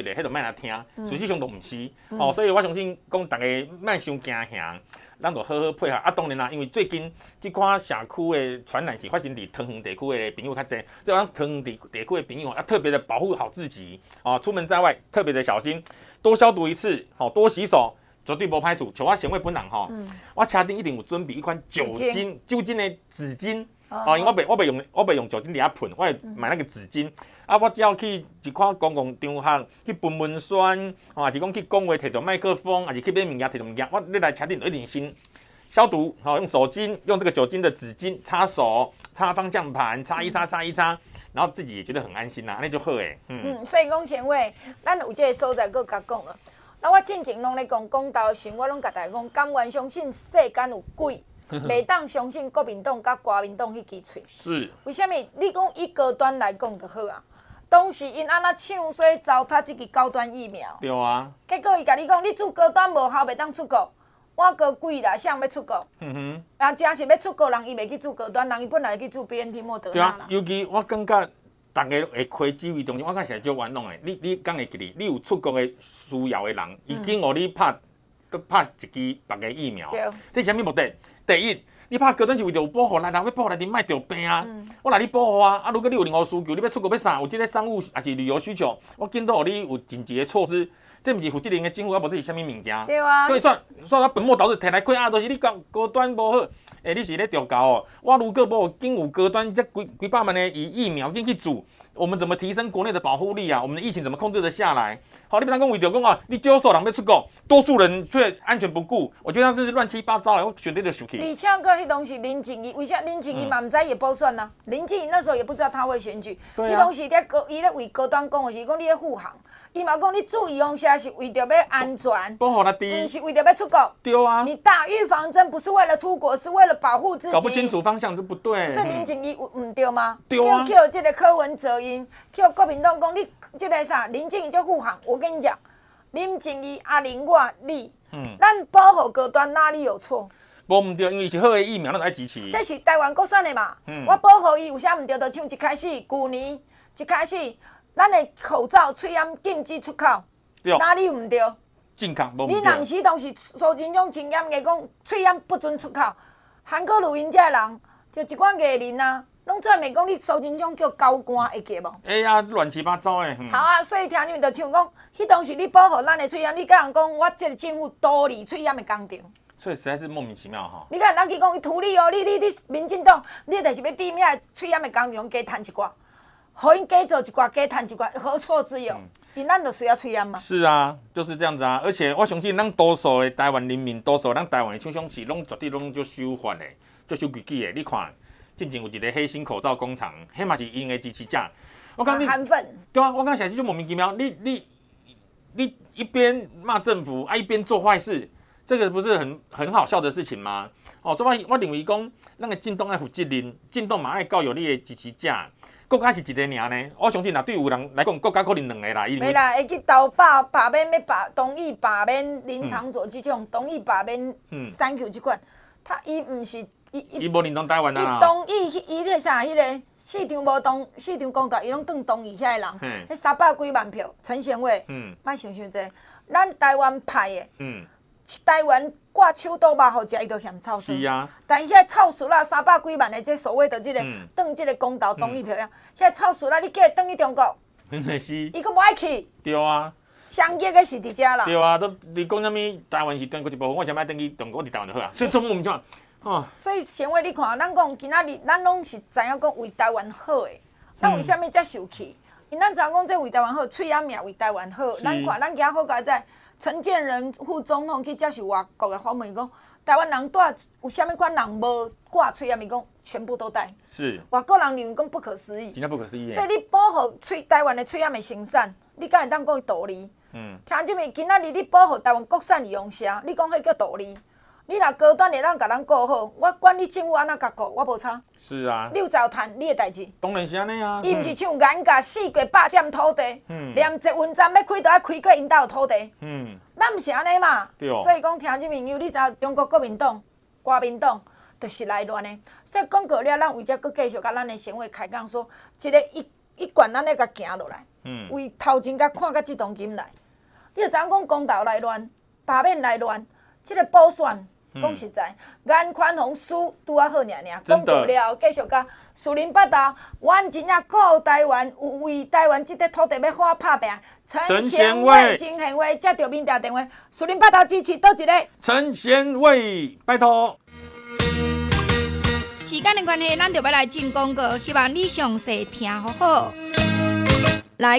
咧，迄就莫来听，事实上都毋是。哦，所以我相信讲大家莫伤惊吓。咱就好好配合啊！当然啦，因为最近即款社区的传染是发生伫桃园地区的朋友较侪，所以咱桃园地区的朋友要特别的保护好自己哦。出门在外特别的小心，多消毒一次，哦，多洗手，绝对无歹处。像我先会本人吼，我车顶一定有准备一款酒精的纸巾。哦，因为我袂用酒精伫遐喷，我会买那个纸巾。啊，我只要去一款公共场合去喷蚊酸，还是讲去讲话摕着麦克风，还是去买物件摕着物件，我你来车顶就一定先消毒，用手巾用这个酒精的纸巾擦手、擦方向盘、擦一擦，然后自己也觉得很安心啦，那就好诶。 所以讲前话，咱有这个所在，佮甲讲了。那我进前拢咧讲公道时，我拢甲大家讲，甘愿相信世间有鬼。袂当相信国民党甲国民党迄支喙。 是。 为什么？你讲以高端来讲就好啊。当时因安那抢水糟蹋这个高端疫苗。 对啊。 结果伊甲你讲，你做高端无效，袂当出国。我高贵啦，谁要出国？啊，真是要出国人，伊袂去做高端，人伊本来去做 BNT 莫德纳啦。 对啊，尤其我感觉大家会开机会当中，我感觉少玩弄诶。你讲会记哩？你有出国诶需要诶人，已经互你拍一支别个疫苗。这是啥物目的？第一，你拍高端是为着有保护咱人，要保护咱人莫着病啊。我来你保护啊，如果你有任何需求，你要出国要啥，有即个商务还是旅游需求，我见到互你有紧急的措施，这毋是负责任的政府，我无这是啥物物件。 对啊。 所以算到本末倒置，摕来亏啊，都是你高端无好，你是咧调教哦。我如果无有经有高端这几百万的疫苗进去煮。我们怎么提升国内的保护力啊？我们的疫情怎么控制得下来？好，你不能讲为着讲啊，你少数人要出国，多数人却安全不顾，我觉得这是乱七八糟的，我选对就生气。 而且个迄东西林静怡，为啥林静怡嘛唔知也补选呐？林静怡那时候也不知道他会选举，伊当时伊咧为高端讲的是讲你咧护航，伊嘛讲你注意用啥是为着要安全， 保护咱弟， 不是为着要出国。 对啊， 你打预防针不是为了出国，是为了保护自己。 搞不清楚方向就不对。 所以林静怡唔对吗？ 对啊。 叫这个柯文哲叫国民党讲你这个啥林静怡就护航，我跟你讲，林静怡、阿玲我你，咱保护高端哪里有错？ 无唔对，因为是好的疫苗，咱爱支持。 这是台湾国产的嘛，我保护伊有啥唔对？就像一开始去年一开始，咱的口罩、喙烟禁止出口，哪里有唔对？ 健康无唔对。你当时当时苏贞昌真严格讲，喙烟不准出口，韩国录音这人就一寡艺人啊。拢出来面讲，你苏贞昌叫高官会记无？ 哎呀，乱七八糟的。 好啊，所以听你们就像讲，迄当时你保护咱的喙烟，你甲人讲，我这个政府独立喙烟的工厂。 所以实在是莫名其妙哈。 你看人去讲伊图利哦，你民进党，你就是要踮遐喙烟的工厂加趁一寡，互因加做一寡，加趁一寡，何错之有？因咱就需要喙烟嘛。 是啊，就是这样子啊。而且我相信，咱多数的台湾人民，多数咱台湾的厂商是拢绝对拢就守法的，就守规矩的。你看。之前有一个黑心口罩工厂，迄嘛是因的支持者。我讲你，对啊，我讲小西就莫名其妙，你一边骂政府啊，一边做坏事，这个不是很好笑的事情吗？哦，所以我认为讲，咱个进党爱负责任，进党嘛爱教育你的支持者。国家是一个尔呢，我相信若对有人来讲，国家可能两个啦。 袂啦，会去投罢免要同意罢免林长佐这种，同意罢免3Q 这款，伊毋是。 伊无认同台湾啊！ 伊同意伊迄啥，迄个市场无同市场公道，伊拢当同意遐个人，迄300几万票，陈贤伟，莫想这，咱台湾派的，台湾挂手倒肉互食，伊都嫌臭酸。 是啊。 但遐臭死啦，300几万的这所谓的这个当这个公道同意票呀，遐臭死啦，你叫伊当去中国， 是。 伊佫无爱去。 对啊。 上亿个是伫遮啦。 对啊，都你讲啥物？台湾是中国一部分，我想要等去中国伫台湾就好啊。所以中国毋像。 所以前话你看，咱讲今仔日，咱拢是知影讲为台湾好诶。咱为虾米遮受气？因咱知影讲这为台湾好，喙烟也为台湾好。咱看咱今好佳在陈建仁副总统去接受外国的访问，讲台湾人带有虾米款人无挂喙烟，伊讲全部都带。 是。 外国人认为讲不可思议。 真正不可思议。 所以你保护台湾的喙烟的生产，你敢会当讲道理？听这边今仔日你保护台湾国产利用啥？你讲迄叫道理？你若高端的，咱甲咱顾好，我管你政府安怎甲顾，我无差。 是啊。 你有糟蹋你的代志。 当然是安尼啊。 伊毋是像严格4过8占土地，连捷运站要开都要开过因兜的土地。咱毋是安尼嘛。对。所以讲，听这朋友，你知中国国民党、国民党就是来乱的。所以讲过了，咱为遮佫继续甲咱的省委开讲说，一个一贯咱咧甲行落来，为头前甲看到即当今来，你就知影讲公道来乱，罢免来乱，即个补选。讲实在，颜宽宏输拄啊好尔，讲过了，继续甲树林八道，阮真正靠台湾，有为台湾即块土地要好拍拼。陈贤伟，真贤伟，接到民调电话，树林八道支持倒一个。 陈贤伟，拜托。 时间的关系，咱就要来进广告，希望你详细听好好。来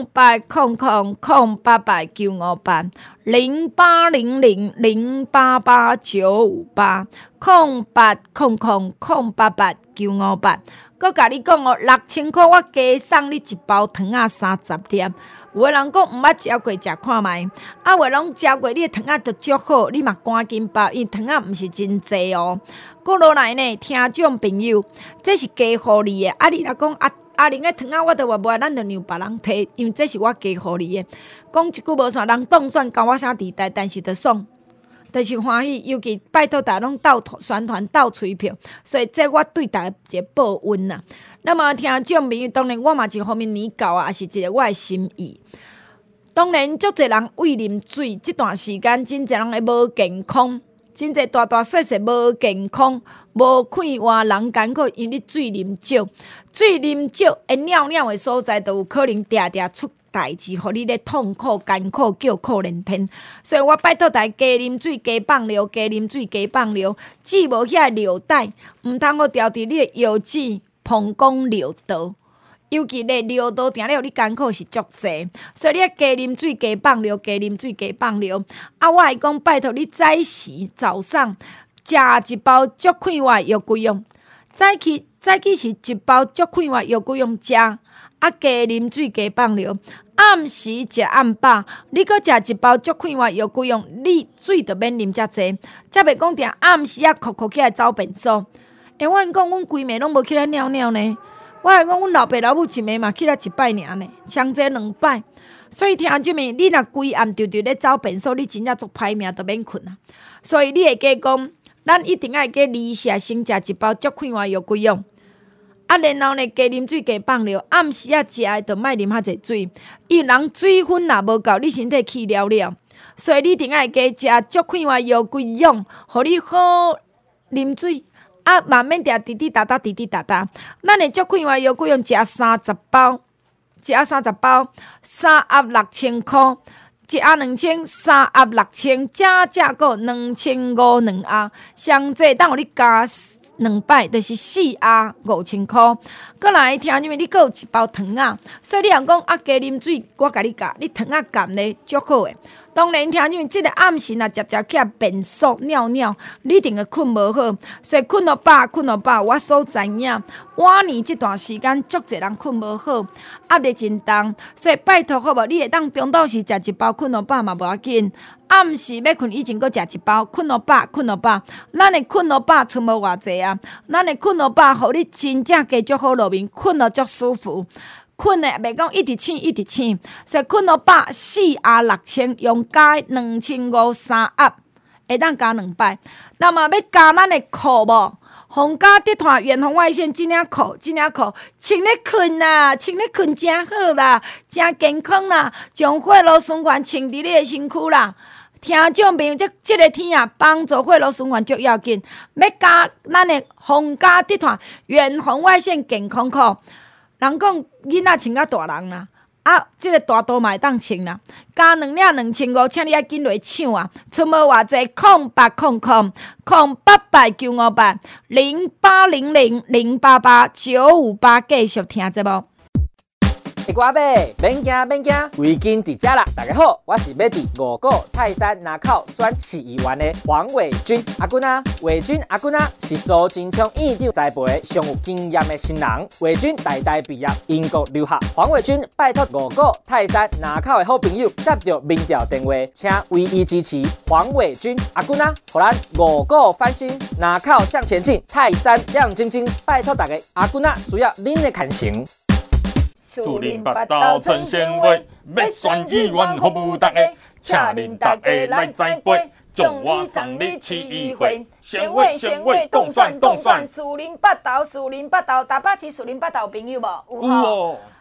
0800088958，0800088958，0800088958，搁甲你讲哦，6000块我加送你一包糖仔30粒。有的人讲毋捌食过，食看卖。啊，有的拢食过，你的糖仔就足好，你嘛赶紧包，因为糖仔毋是真济哦。搁落来呢，听众朋友，这是加互你的。啊，你若讲阿玲的糖仔我都话无，咱就让别人摕，因为这是我加互你的。讲一句无算，人当选交我啥地带，但是就爽，就是欢喜。尤其拜托大家拢斗宣传、斗吹票，所以这我对大家一个报恩呐。那么听众朋友，当然我嘛一方面年教啊，也是一个我的心意。当然，足侪人为啉水，这段时间真侪人会无健康，真侪大大细细无健康。无快活人艰苦，因为你水啉少，水啉少，会尿尿的所在，就有可能定定出代志，互你咧痛苦、艰苦、叫苦连天。所以我拜托大家加啉水、加放尿、加啉水、加放尿，只无遐尿袋，毋通好调伫你的腰子、膀胱、尿道。尤其咧尿道定咧，互你艰苦是足济，所以你要加啉水、加放尿、加啉水、加放尿。啊，我会讲拜托你早时早上。食一包足快活药桂用，早起是一包足快活药桂用食，啊加啉水加放尿，暗时食暗饱，你搁食一包足快活药桂用，你水就免啉遮济，才袂讲定暗时啊哭起来走便所。我讲阮规暝拢无起来尿尿呢，我会讲阮老爸老母一暝嘛起来一摆尔呢，上济2摆。所以听众们，你若规暗直咧走便所，你真正足歹命，都免困啊。所以你会记讲。咱一定爱加2下先食一包足快活药桂用，啊，然后呢加啉水加放尿，暗时啊食的就莫啉遐济水，因为人水分若无够，你身体去了，所以你一定爱加食足快活药桂用，互你好啉水，啊，慢慢定滴滴答答。咱的足快活药桂用食30包，3盒6000块。1盒2000，3盒6000，正个2500 2盒，上济当互你加2摆，就是4盒5000块。过来听因为你搁有一包糖仔，所以你若讲啊加啉水，我甲你教，你糖仔含咧足好诶。当然听因为即个暗时若接起来便所尿尿，你一定会困无好，所以困落饱，我所知影，往年即段时间足侪人困无好，压力真重，所以拜托好无，你会当中昼时食一包困落饱嘛无要紧。暗时要困以前，搁食一包困落饱。咱的困落饱剩无偌济啊，咱的困落饱，互你真正加足好落眠，困落足舒服。困的袂讲一直醒，所以困落饱4盒6000，用加2500，3盒会当加2摆。那么要加咱的裤无？皇家集团远红外线真领裤，穿咧困啦，穿咧困真好啦，真健康啦，将血路循环穿伫你的身躯啦。听众朋友，即个天啊，帮助血路循环足要紧。要加咱的皇家集团远红外线健康裤。人讲囡仔穿甲大人啦，啊，即个大肚嘛会当穿啦。加2领2500，请你啊紧来抢啊！剩无偌济，0800080958，0800088958，继续听节目。 各位买，免惊，围巾伫遮啦！大家好，我是要伫5股泰山南口选市议员的黄伟军阿君啊。伟军阿君啊，是苏贞昌院长栽培上有经验的新人。伟军大学毕业，英国留学。黄伟军拜托5股泰山南口的好朋友接到民调电话，请唯一支持黄伟军阿君啊，互咱5股翻新，南口向前进，泰山亮晶晶。拜托大家，阿君啊，需要恁的牵成。 树林八道陈贤伟，要选议员服务大家，请恁大家来栽培，将我送你市议会。贤伟，动算， 树林八道，台北市树林八道朋友无？ 有哦。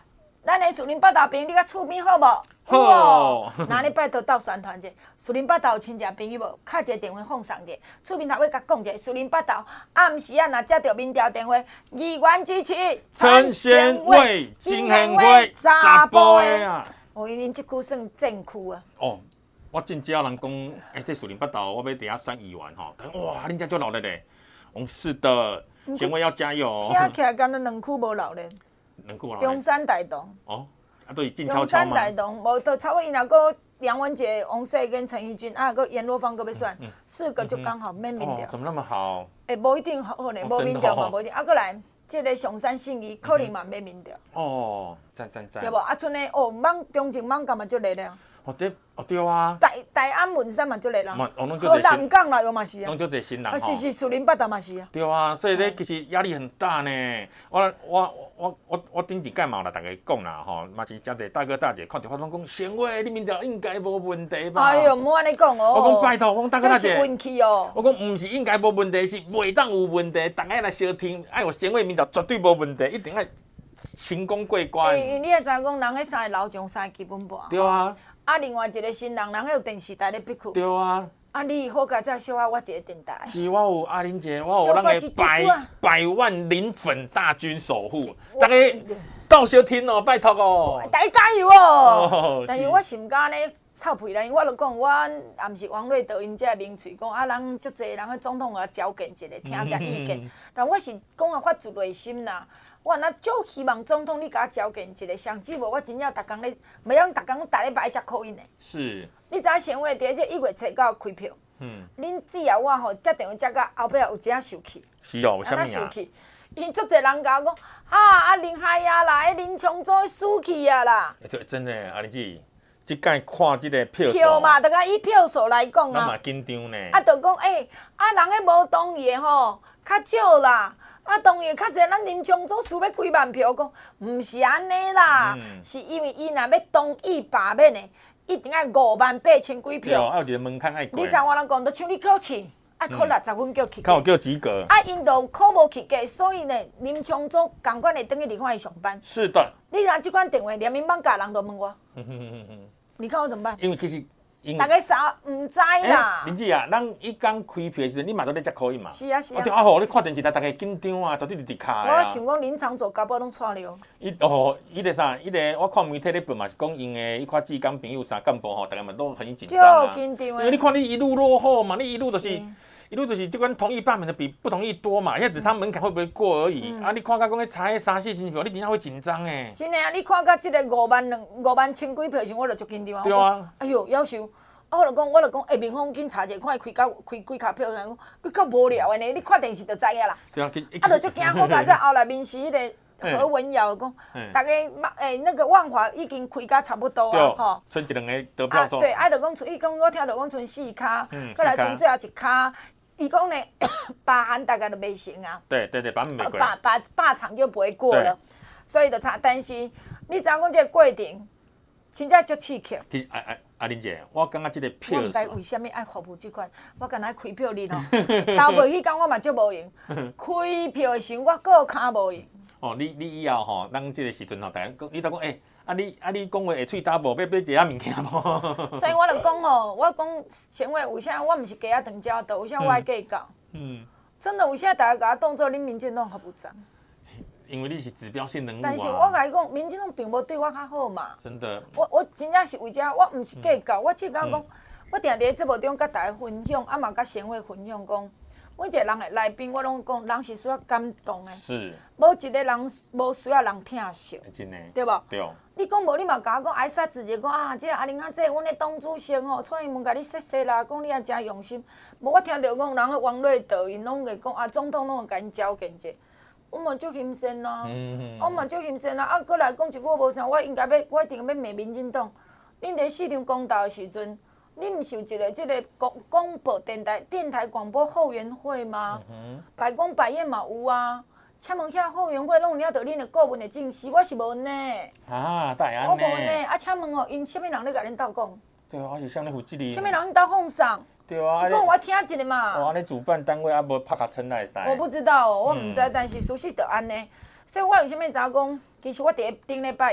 咱的树林北投朋友，你甲厝边好无？ 好。 那你拜托斗宣传者，树林北投有亲戚朋友无？敲一个电话放送者，厝边头尾甲讲者，树林北投暗时啊，若接到民调电话，议员支持陈贤伟、金贤辉查甫的啊。 哦，因即区算政区啊。 哦，我真正有人讲，这树林北投我要伫遐选议员吼，哇，恁遮足努力嘞。是的，贤伟要加油。 听起来敢若两区无努力。 两区无努力。 中山大同。 哦。啊，都是静悄悄嘛。 中山大同，无都差不多，因若个梁文杰、王世坚、陈怡君，啊，个严若芳个要选，4个就刚好免民调。 怎么那么好？ 无一定好呢，无民调嘛，无一定。啊，过来，这个上山信义可能嘛免民调。 哦，赞。 对无？啊，剩的中正艋舺嘛就来了。 对啊。 大安文山嘛就来了。 河南港啦，又嘛是啊。 拢就这新人是树林北投嘛是啊。 对啊，所以咧其实压力很大呢。我顶一届嘛有来大家讲啦吼，嘛是真侪大哥大姐看到我拢讲，贤伟你民调应该无问题吧？ 哎呦，莫安尼讲哦。 我讲拜托，我讲大哥大姐。 这是运气哦。 我讲唔是应该无问题，是袂当有问题。大家来相听，爱有贤伟民调绝对无问题，一定爱成功过关。 因你也知影讲，人迄三个老将三个基本盘。 对啊。 啊，另外一个新人，人迄有电视台咧逼去。 对啊。 啊，你好佳再小我一个电台。 是，我有阿玲姐，我有咱个百万零粉大军守护，大家到小听哦，拜托哦。 大家加油哦！但是我是毋敢咧臭屁啦，因为我就讲，我也毋是王瑞德因这名嘴讲啊，人足侪人个总统啊交见一下，听者意见。但我是讲啊，发自内心啦。我那足希望总统你甲我交见一下，上至无我真正逐工咧，袂用逐工逐礼拜接口音的。 是。 你知影先话第一1月初9开票，恁只要我吼接电话接到后壁有一仔受气。 是哦，有啥物啊？ 受气，因足侪人甲我讲，啊林海啊啦，林昌祖死去啊啦。 真的，阿玲姐，即届看即个票数。 票嘛，大家以票数来讲啊。 咱嘛紧张呢。 啊，就讲人迄无同意的吼，较少啦。啊，同意较侪，咱林昌祖输要几万票，讲毋是安尼啦，是因为伊若要同意罢免的，一定要58000几票。 要有一个门槛爱过。 你知我人讲，就像你考试，爱考60分叫及格。 叫及格。 啊，因都考无及格，所以呢，林昌祖同款会等于离开上班。 是的。 你若即款电话，连民帮家人都问我。你看我怎么办？ 因为其实。 大家啥唔知啦？ 林姐啊，咱伊讲开票的时阵，你嘛都咧接口音嘛？ 是啊是啊。 对啊吼，你看电视台，大家紧张啊，绝对伫卡啊。 我想讲林长佐搞不好拢错了。 伊个啥？伊个我看媒体咧报嘛，是讲因的伊看志刚朋友三干部吼，大家嘛都很紧张啊。 紧张因为你看你一路落后嘛，你一路就是这款同意罢免的比不同意多嘛，现在只差门槛会不会过而已。啊，你看到讲迄差迄3-4千票，你真正会紧张诶。 真诶啊！你看到即个5万千几票时，我就足紧张啊。 对啊。 哎呦，夭寿！我就讲，下面风紧查者，看伊开几卡票，讲你够无聊的呢！你看电视就知影啦。 对啊， 就足惊好佳在后来面是迄个何文瑶讲，大家那个万华已经开甲差不多啊，吼。 剩一2个得票数。 对，就讲伊讲我听到讲剩4卡，再来剩最后1卡。伊讲呢，罢韩大概都袂成啊。 对，罢韩袂过。 罢场就不会过了，所以就差。但是你知影讲这个过程，真正足刺激。 阿玲姐，我感觉这个票， 我唔知为什么爱服务这款，我干那开票日吼，投票迄天我嘛足无用，开票的时候我个卡无用。 哦，你以后吼，咱这个时阵吼，大家你都讲你讲话下喙打无，要一下物件无？ 所以我就讲吼，我讲前话为啥我唔是鸡仔长鸟肚，为啥我爱计较？真的，为啥大家甲我当做恁民进党服务站？ 因为你是指标性人物啊。 但是我甲你讲，民进党并无对我较好嘛。 真的。 我真正是为遮，我毋是计较，我只讲讲，我定伫节目中甲大家分享，啊嘛甲贤惠分享讲，每一个人的来宾，我拢讲，人是需要感动的。 是。 无一个人无需要人疼惜。 真的。 对无？ 对。 你讲无，你嘛甲我讲，挨杀直接讲啊，这阿玲仔这阮的党主席吼，蔡英文甲你说说啦，讲你也真用心。无我听到讲，人个王瑞德因拢会讲啊，总统拢会甲因交见者。我嘛足心酸啊！我嘛足心酸啊！啊，搁来讲一句无啥，我应该要，我一定要骂民进党。恁伫市场公道的时阵，你毋是有一个即个广播电台广播后援会吗？百工百业嘛有啊。请问遐后援会拢有领到恁的顾问的证书，我是无呢。 啊，大安呢？ 我无呢。啊，请问哦，因啥物人咧甲恁斗讲？ 对啊，我是向你负责哩。 啥物人咧斗放送？ 对啊， 你讲我听一下嘛。 哦，安尼主办单位啊，无拍卡称来使。 我不知道，我唔知，但是事实就安尼。所以我为虾米知影讲？其实我第一顶礼拜一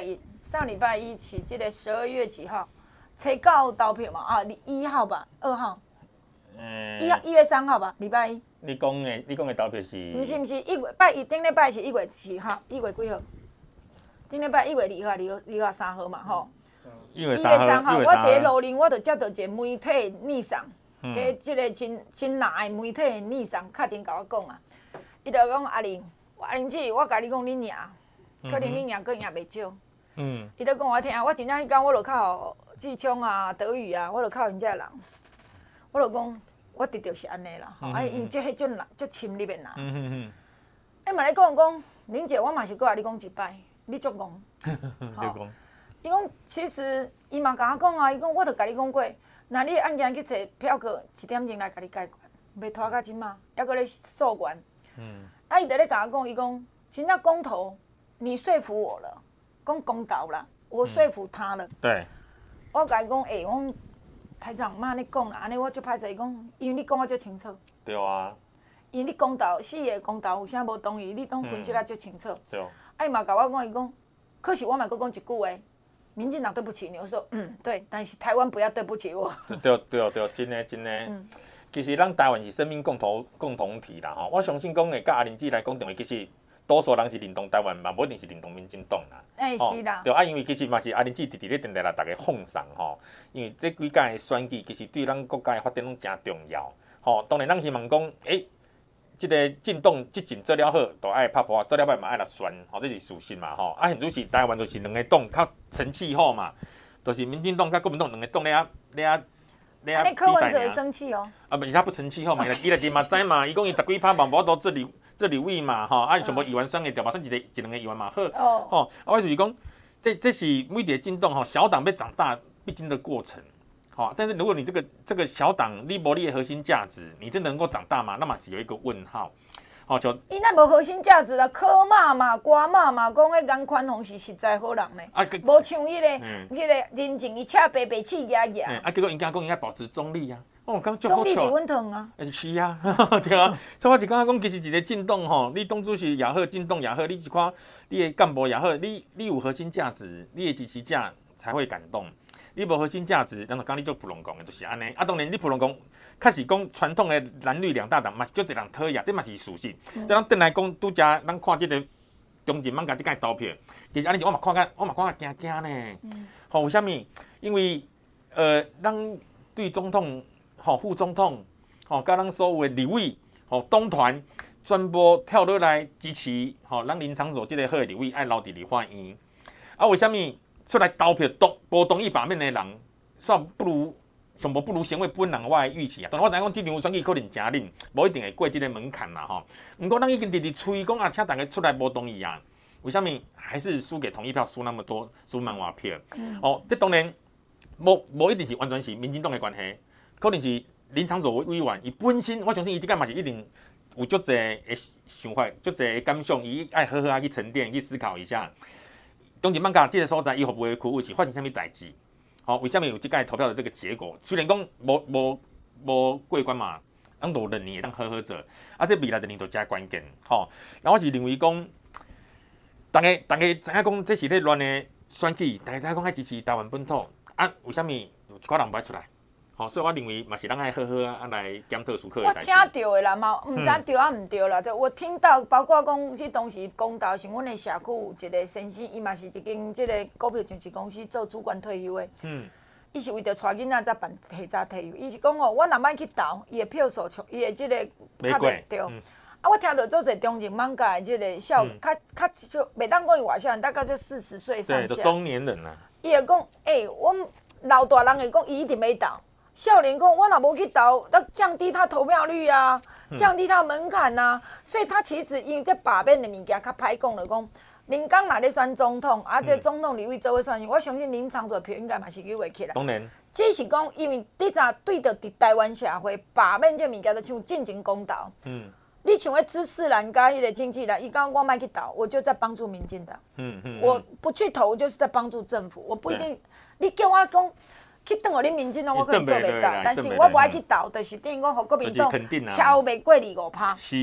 上礼拜一起，这个12月几号？才到投票嘛？啊，1号吧，2号。1月3号吧，礼拜一。 你讲的投票是？ 不是1月顶礼拜是1月7号，1月几号？顶礼拜1月2号、2月3号嘛，吼。1月3號，我伫路寧，我就接到一個媒體女送，佮即個真大的媒體女送，敲電甲我講啊，伊就講阿玲姐，我甲你講你贏，可能你贏，佫贏袂少。伊就講我聽，我真正迄天我就靠志聰啊、德宇啊，我就靠因遮人，我就講我直着是安尼啦，吼，啊因即迄種人足深入的人。伊嘛咧講，玲姐，我嘛是佫甲你講一擺，你足戇。伊讲，其实伊嘛甲我讲啊，伊讲我著甲你讲过，那你案件去找票课1點鐘來甲你解決，袂拖到即馬，還佫咧訴願。啊，伊著咧甲我講，伊講真正公投，你說服我了，講公投啦，我說服他了。 對。 我甲伊講，我台長媽你講啦，安尼我足歹勢，伊講，因為你講啊足清楚。 對啊。 因為你公投4個公投有啥無同意，你攏分析啊足清楚。 對。 啊，伊嘛甲我講，伊講，可是我嘛佫講一句話。民进党对不起你，我说对，但是台湾不要对不起我。 对，真的。其实咱台湾是生命共同体啦吼，我相信讲甲阿玲姐来讲电话，其实多数人是认同台湾嘛，无一定是认同民进党啦。 是啦。 对啊，因为其实嘛是阿玲姐直咧电台来大家奉上吼，因为这几届的选举其实对咱国家的发展拢真重要。吼，当然咱希望讲，即个进动即阵做了好，就爱拍破，做了歹嘛爱来选，吼，这是事实嘛，吼。啊，现在是台湾就是两个党较成气候嘛，就是民进党甲国民党两个党咧比赛。 柯文哲会生气哦。 啊，不是他不成气候嘛，伊来伊嘛知嘛，伊讲伊10几趴嘛，无到这里位嘛，吼，啊，全部议员选个掉嘛，算一两个议员嘛好。吼，啊，我就是讲，这是每一个进动吼，小党要长大必经的过程。好，但是如果你这个小党你无你的核心价值，你真的能够长大吗？那么是有一个问号。好，就伊那无核心价值啦，柯骂嘛、瓜骂嘛，讲迄颜宽宏是实在好人呢。无像迄个林静伊恰白白气压压。 啊，结果人家讲应该保持中立啊。哦，刚中立伫阮烫啊。 是啊，对啊。所以我就感觉讲，其实一个进动吼，你党主席也好，进动也好，你一看你的干部也好，你有核心价值，你的支持者才会感动。你无核心价值，咱就讲你做普通讲的，就是安尼。啊，当然你普通讲，确实讲传统的蓝绿两大党嘛是足侪人讨厌，这嘛是事实。咱转来讲，拄则咱看这个中正艋舺即届投票，其实安尼我嘛看甲惊惊呢。吼，为虾米？因为咱对总统、吼副总统、吼甲咱所有的立委、吼党团，全部跳落来支持吼咱林昶佐即个好的立委爱留伫立法院。啊，为虾米？出来投票无同意罢免的人，上不如先为本人我的预期啊。当然我知影讲这场选举可能真冷，无一定会过这个门槛啦吼。不过咱已经直直吹讲啊，请大家出来无同意啊。为什么还是输给同意票输那么多，输蛮多票？哦，这当然无一定是完全是民进党的关系，可能是林昶佐委员伊本身，我相信伊即个嘛是一定有足侪的想法、足侪的感想，伊爱好好去沉淀、去思考一下。中正艋舺这个所在，伊会不会区是发生什么代志？好，为什么有这届投票的这个结果？虽然讲无过关嘛，咱都2年当好好做，啊，这未来2年就真关键。吼，然后我是认为讲，大家知影讲这是咧乱的选举，大家知影讲爱支持台湾本土，啊，为什么有一寡人不爱出来？好，所以我认为嘛是咱爱好好啊来检讨苏克的代志。 我听到的啦，嘛唔知对啊唔对啦。我听到，包括讲，即当时公投是阮的社区有一个先生，伊嘛是一间即个股票上市公司做主管退休的。伊是为着带囡仔才办提早退休。伊是讲哦，我若摆去投，伊的票数伊的即个较袂对。啊，我听到做者中正艋舺的即个较就袂当讲伊偌少，大概就40岁上下。 对，就中年人啦。 伊会讲，我老大人会讲，伊一定要投。少年讲，我若无去投，要降低他投票率啊，降低他门槛啊。所以他其实因为这罢免的物件较歹讲了，讲林刚若咧选总统，这总统立委做伙选，我相信林昶佐票应该嘛是救会起来。 当然， 只是讲因为你咋对着伫台湾社会罢免这物件，就像进行公投。你像迄知识人甲迄个经济人，伊讲我莫去投，我就在帮助民进党。我不去投，就是在帮助政府。我不一定，你叫我讲。去等互恁民进党，我可能做袂到，但是我无爱去投，就是等于讲，互国民党超袂过2-5%。 是。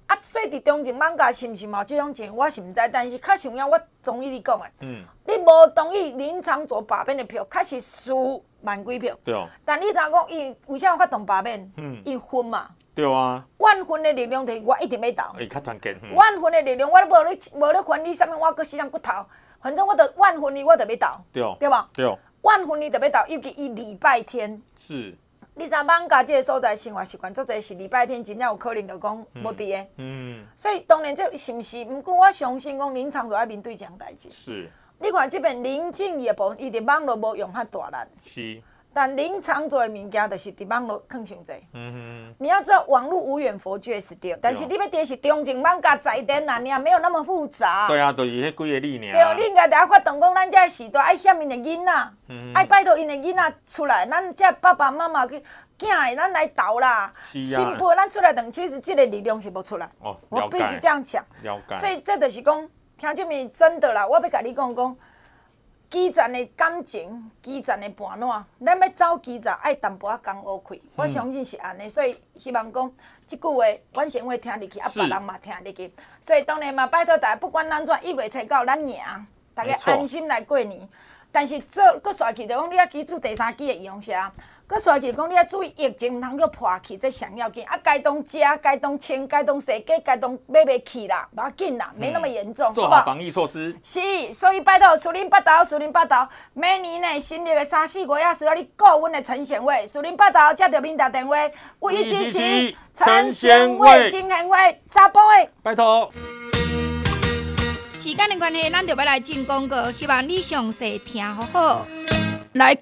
啊，所以伫中正艋舺是毋是嘛有即种情？我是毋知，但是较想要我同意你讲的。你无同意林昶佐罢免的票，确实输万几票。 对哦。 但你知影讲伊为啥有法动罢免？伊分嘛。 对啊。 万分的力量，就是我一定要投。 伊较团结。 万分的力量，我无咧分你啥物，我搁死人骨头，反正我得万分力，我得要投。对吧？ 对。 万分力得要投，尤其伊礼拜天。 是。 你知艋舺这个所在生活习惯，足侪是礼拜天真正有可能就讲无伫的。所以当然这是毋是？毋过我相信讲林昶佐要面对这样代志。 是。 你看这边林静怡的部分，伊伫网络无用遐大力。 是。 但林昶佐的物件，就是伫网络放上济。你要知道，网络无远弗届是对，但是你要伫是中正艋舺在地那尔，没有那么复杂。 对啊，就是迄几个里尔。 对，你应该伫遐发动讲，咱这时代爱险因的囡仔，爱拜托因的囡仔出来，咱这爸爸妈妈去。囝的，咱来投啦！新妇，咱出来等，其实这个力量是无出来。 哦， 我必须这样讲。 了解。 所以这就是讲，听这面真的啦，我要甲你讲，基层的感情，基层的伴烂，咱要走基层，爱淡薄仔功学开。我相信是安尼，所以希望讲即句话，阮先会听入去，别人嘛听入去。所以当然嘛，拜托大家，不管咱怎，1月初9咱赢，大家安心来过年。但是做搁刷起，就讲你要记住第3季的用啥？搁刷起讲，你要注意疫情，毋通叫破去，这上要紧。啊，该当食，该当穿，该当洗鸡，该当买去啦，不要紧啦，没那么严重， 做好防疫措施。 是，所以拜托树林北投，树林北投，明年呢新历的3、4月也需要你顾阮的陈贤伟，树林北投接到面打电话，唯一支持陈贤伟、金贤伟、查甫的， 拜托。 时间的关系，咱就要来进广告，希望你详细听好好。来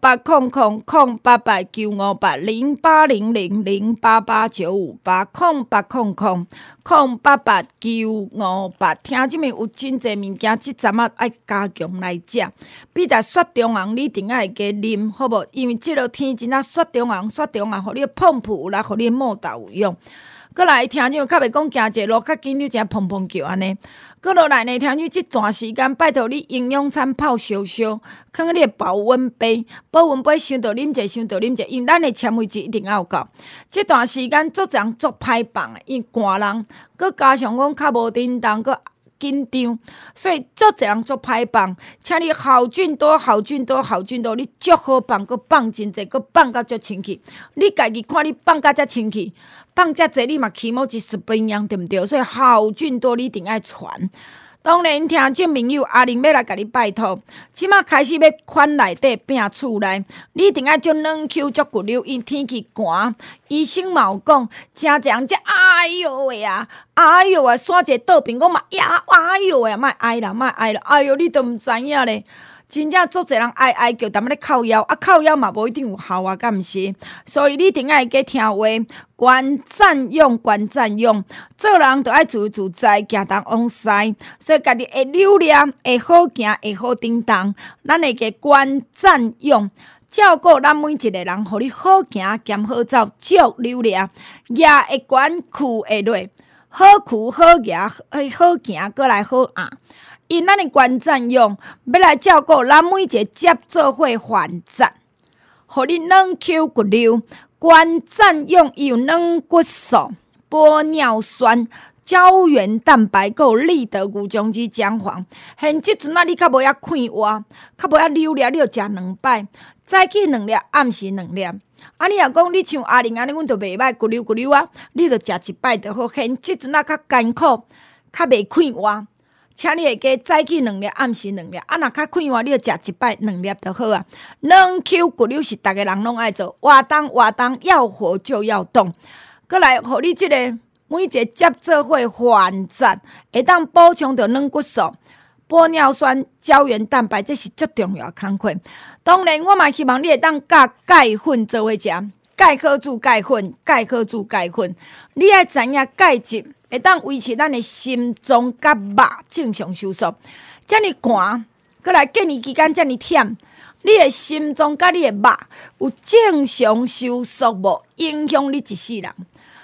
0800-0889580888958088908898，听这面有真侪物件，即阵仔爱加强来食，比如雪中红，你一定爱加啉，好无？因为即落天真仔雪中红，互你碰扑有力，互你毛豆有用。过来听就较袂讲行一路较紧，你真砰砰叫安尼。过落来呢，听你即段时间，拜托你营养餐泡烧烧，放你的保温杯，保温杯想着啉者，想着啉者，因咱的纤维质一定要有够。即段时间足人足歹放的，因寒人，佮加上讲较无叮当，佮紧张，所以足侪人足歹放。请你好菌多，你足好放，佮放真济，佮放甲足清气。你家己看你放甲遮清气。放遮济，你嘛起码一10样，对毋对？所以好菌多，你一定爱传。当然，听众朋友阿玲要来甲你拜托，即马开始要款内底拼厝内，你一定爱足软 Q 足骨溜，因天气寒，医生嘛有讲，真侪人哎哟喂啊，哎哟啊，刷一个倒边讲嘛呀，哎哟喂，莫哀啦，哎哟，你都毋知影咧。真正足侪人哀叫，淡仔咧靠腰，靠腰嘛无一定有效啊，敢毋是？所以你一定爱加听话，管占用，做人就爱自由自在，行动往西，所以家己会溜念，会好行，会好叮当，咱会加管占用。照顾咱每一个人，互你好行兼好走，足溜念，也会管苦会落，好苦好行，好行过来好行。因咱的管占用要来照顾咱每一个接做伙患者，互你软 Q 骨溜。管占用有软骨素、玻尿酸、胶原蛋白，还有利得牛樟脂姜黄。现即阵你较无遐看活，较无遐溜了，你就食2摆，早起2粒，暗时2粒。你若讲你像阿玲安尼，阮就袂歹骨溜啊，你就食1摆就好。现即阵较艰苦，较袂看活。请你会加早起2粒，暗时2粒。若较快活，你就食1摆2粒就好啊。软 Q 骨溜是逐个人拢爱做，活动要活就要动。过来，互你即个每一个接做伙患者，会当补充到软骨素、玻尿酸、胶原蛋白，这是足重要的工课。当然，我嘛希望你会当甲钙粉做伙食，钙壳煮钙粉，你爱知影钙质。会当维持咱的心脏甲肉正常收缩，遮尔寒，过来过年期间遮尔忝，你的心脏甲你的肉有正常收缩无？影响你一世人。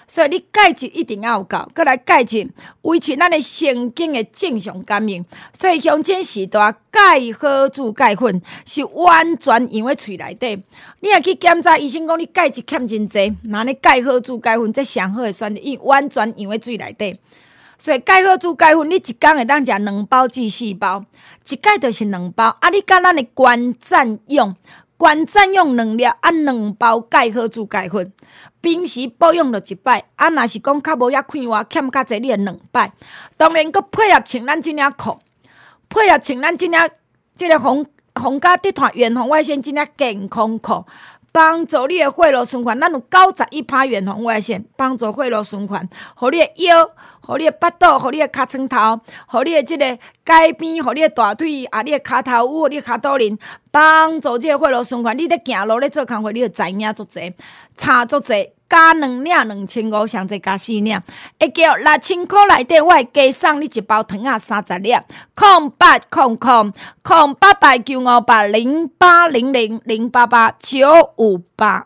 所以你钙质一定要有够，再来钙质维持咱的神经的正常感应。所以乡亲时代钙好注钙粉是完全用在喙内底。你若去检查医生讲你钙质欠真济，那你钙好注钙粉这上好的选择，伊完全用在水内底。所以钙好注钙粉，你一天会当食2包至4包，一钙就是2包。啊，你甲咱的关赞用2粒，2包钙好注钙粉。平时保养就1摆，啊，若是讲较无遐快活，欠较济，你就2摆。当然，佮配合穿咱这领裤，配合穿咱这领这个红家集团远红外线这领健康裤，帮助你的血路循环。咱有91%远红外线，帮助血路循环，互你的腰，互你的腹肚，互你的尻川头，互你的这个改边，互你的大腿，啊，你的骹头骨，你的骹肚鳞，帮助这个血路循环。你咧行路咧做工课，你就知影足济，差足济。加2领2500，上侪加4领，会叫6000块内底，我会加送你1包糖啊30粒。0800-95808000888958958。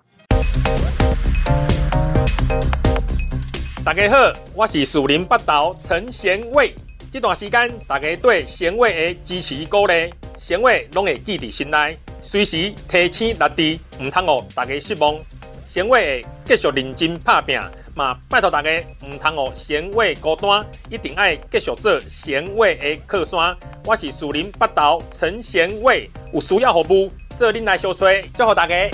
大家好，我是树林北投陈贤伟。这段时间，大家对贤伟的支持鼓励，贤伟拢会记伫心内，随时提醒力治，唔通互大家失望。贤伟会继续认真打拼，嘛拜托大家唔通互贤伟孤单，一定爱继续做贤伟的靠山。我是树林北投陈贤伟，有需要服务，做恁来相找，祝福大家。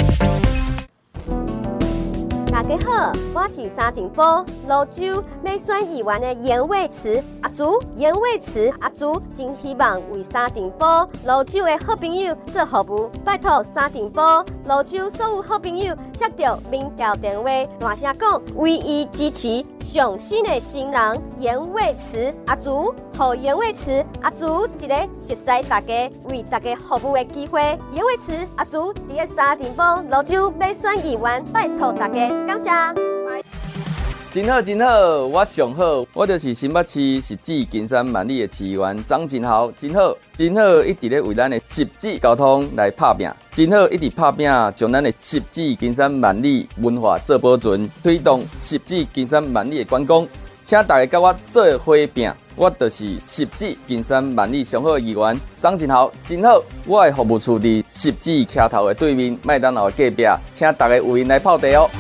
大家好，我是沙尘暴蘆洲美选议员的严伟慈阿祖，严伟慈阿祖真希望为沙尘暴蘆洲的好朋友做服务，拜托沙尘暴蘆洲所有好朋友接到民调电话，大声讲唯一支持上新的新人严伟慈阿祖，互严伟慈阿祖一个熟悉大家、为大家服务的机会。严伟慈阿祖伫个沙尘暴蘆洲美选议员，拜托大家。感谢。 真好真好，我上好，我就是新北市汐止金山万里的市议员张真豪，真好真好，一直咧为咱的汐止交通来拍拼，真好一直拍拼，将咱的汐止金山万里文化做保存，推动汐止金山万里的观光，请大家跟我做伙拼。我就是汐止金山万里上好的议员张真豪，真好。我的服务处伫汐止车头的对面，麦当劳的隔壁，请大家有闲来泡茶哦。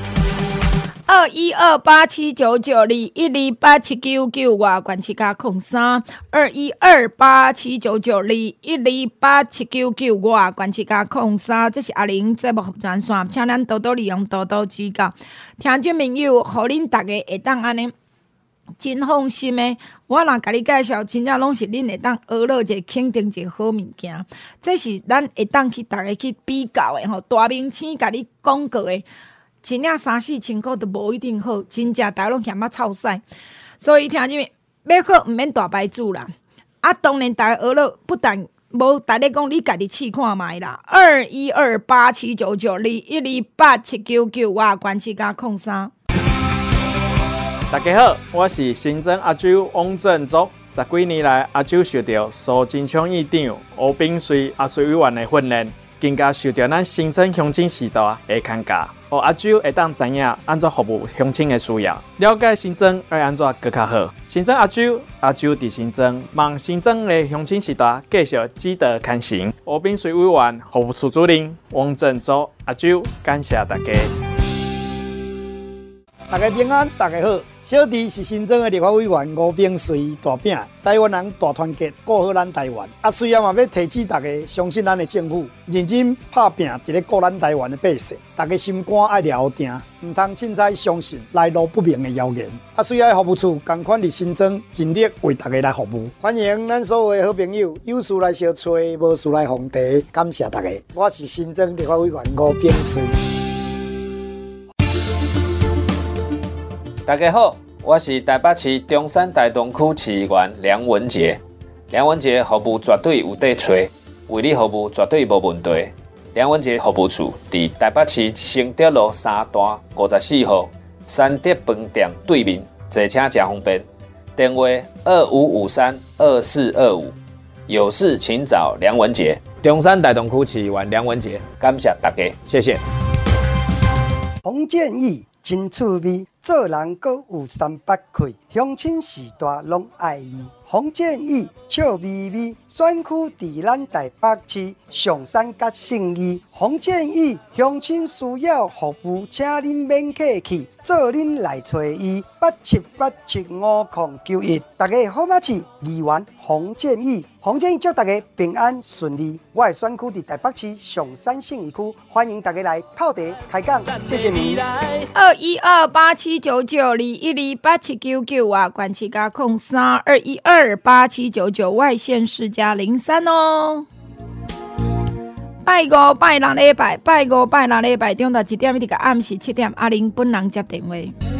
212879921287999外关市加03，212879921287999外关市加03，这是阿玲节目服专线，请咱多多利用，多多指教。听众朋友，互恁大家会当安尼真放心的。我若甲你介绍，真正拢是恁会当学乐一个肯定一个好物件，这是咱会当去大家去比较的吼。大明星甲你讲过的。一领3-4千块都无一定好，真正大家拢嫌啊臭屎，所以听见没？要好毋免大牌子啦。啊，当然大家学了不但无大家讲，你家己试看卖啦。212879921287999外关市加03。 大家好，我是新增阿周汪振宗。10几年来，阿周受到苏贞昌议长吴秉叡阿水委员的训练。更加受到咱新增乡亲时代的看教，互阿周会当知影安怎服务乡亲的需要，了解新增要安怎更较好。新增阿周伫新增，望新增的乡亲时代继续指导牵行。吴秉叡委员服务处主任汪振祖阿周，感谢大家。 大家平安，大家好。小弟是新增的立法委员吴秉叡大饼，台湾人大团结，顾好咱台湾。虽然嘛要提醒大家相信咱的政府，认真拍拼，伫咧顾咱台湾的百姓。大家心肝爱了定，唔通凊彩相信来路不明的谣言。虽然服务处同款伫新增，尽力为大家来服务。欢迎咱所有的好朋友，有事来相找，无事来逢茶。感谢大家，我是新增立法委员吴秉叡。 大家好，我是台北市中山大东区市议员梁文杰。梁文杰服务绝对有得找，为你服务绝对无问题。梁文杰服务处伫台北市承德路3段54号三德饭店对面，坐车真方便。电话25532425，有事请找梁文杰。 中山大东区市议员梁文杰， 感谢大家， 谢谢。 洪建义真趣味。 做人阁有300气，乡亲时代拢爱伊。洪建义笑眯眯，选区伫咱台北市上山甲信义。洪建义乡亲需要服务，请恁免客气，做恁来找伊87875091。大家好吗？是议员洪建义。洪建义祝大家平安顺利。我的选区伫台北市上山信义区，欢迎大家来泡茶开讲，谢谢你。 212879921128799啊，关七加0321287799外线市加03哦。拜五拜六礼拜，中昼1点一直到暗时7点，阿玲本人接电话。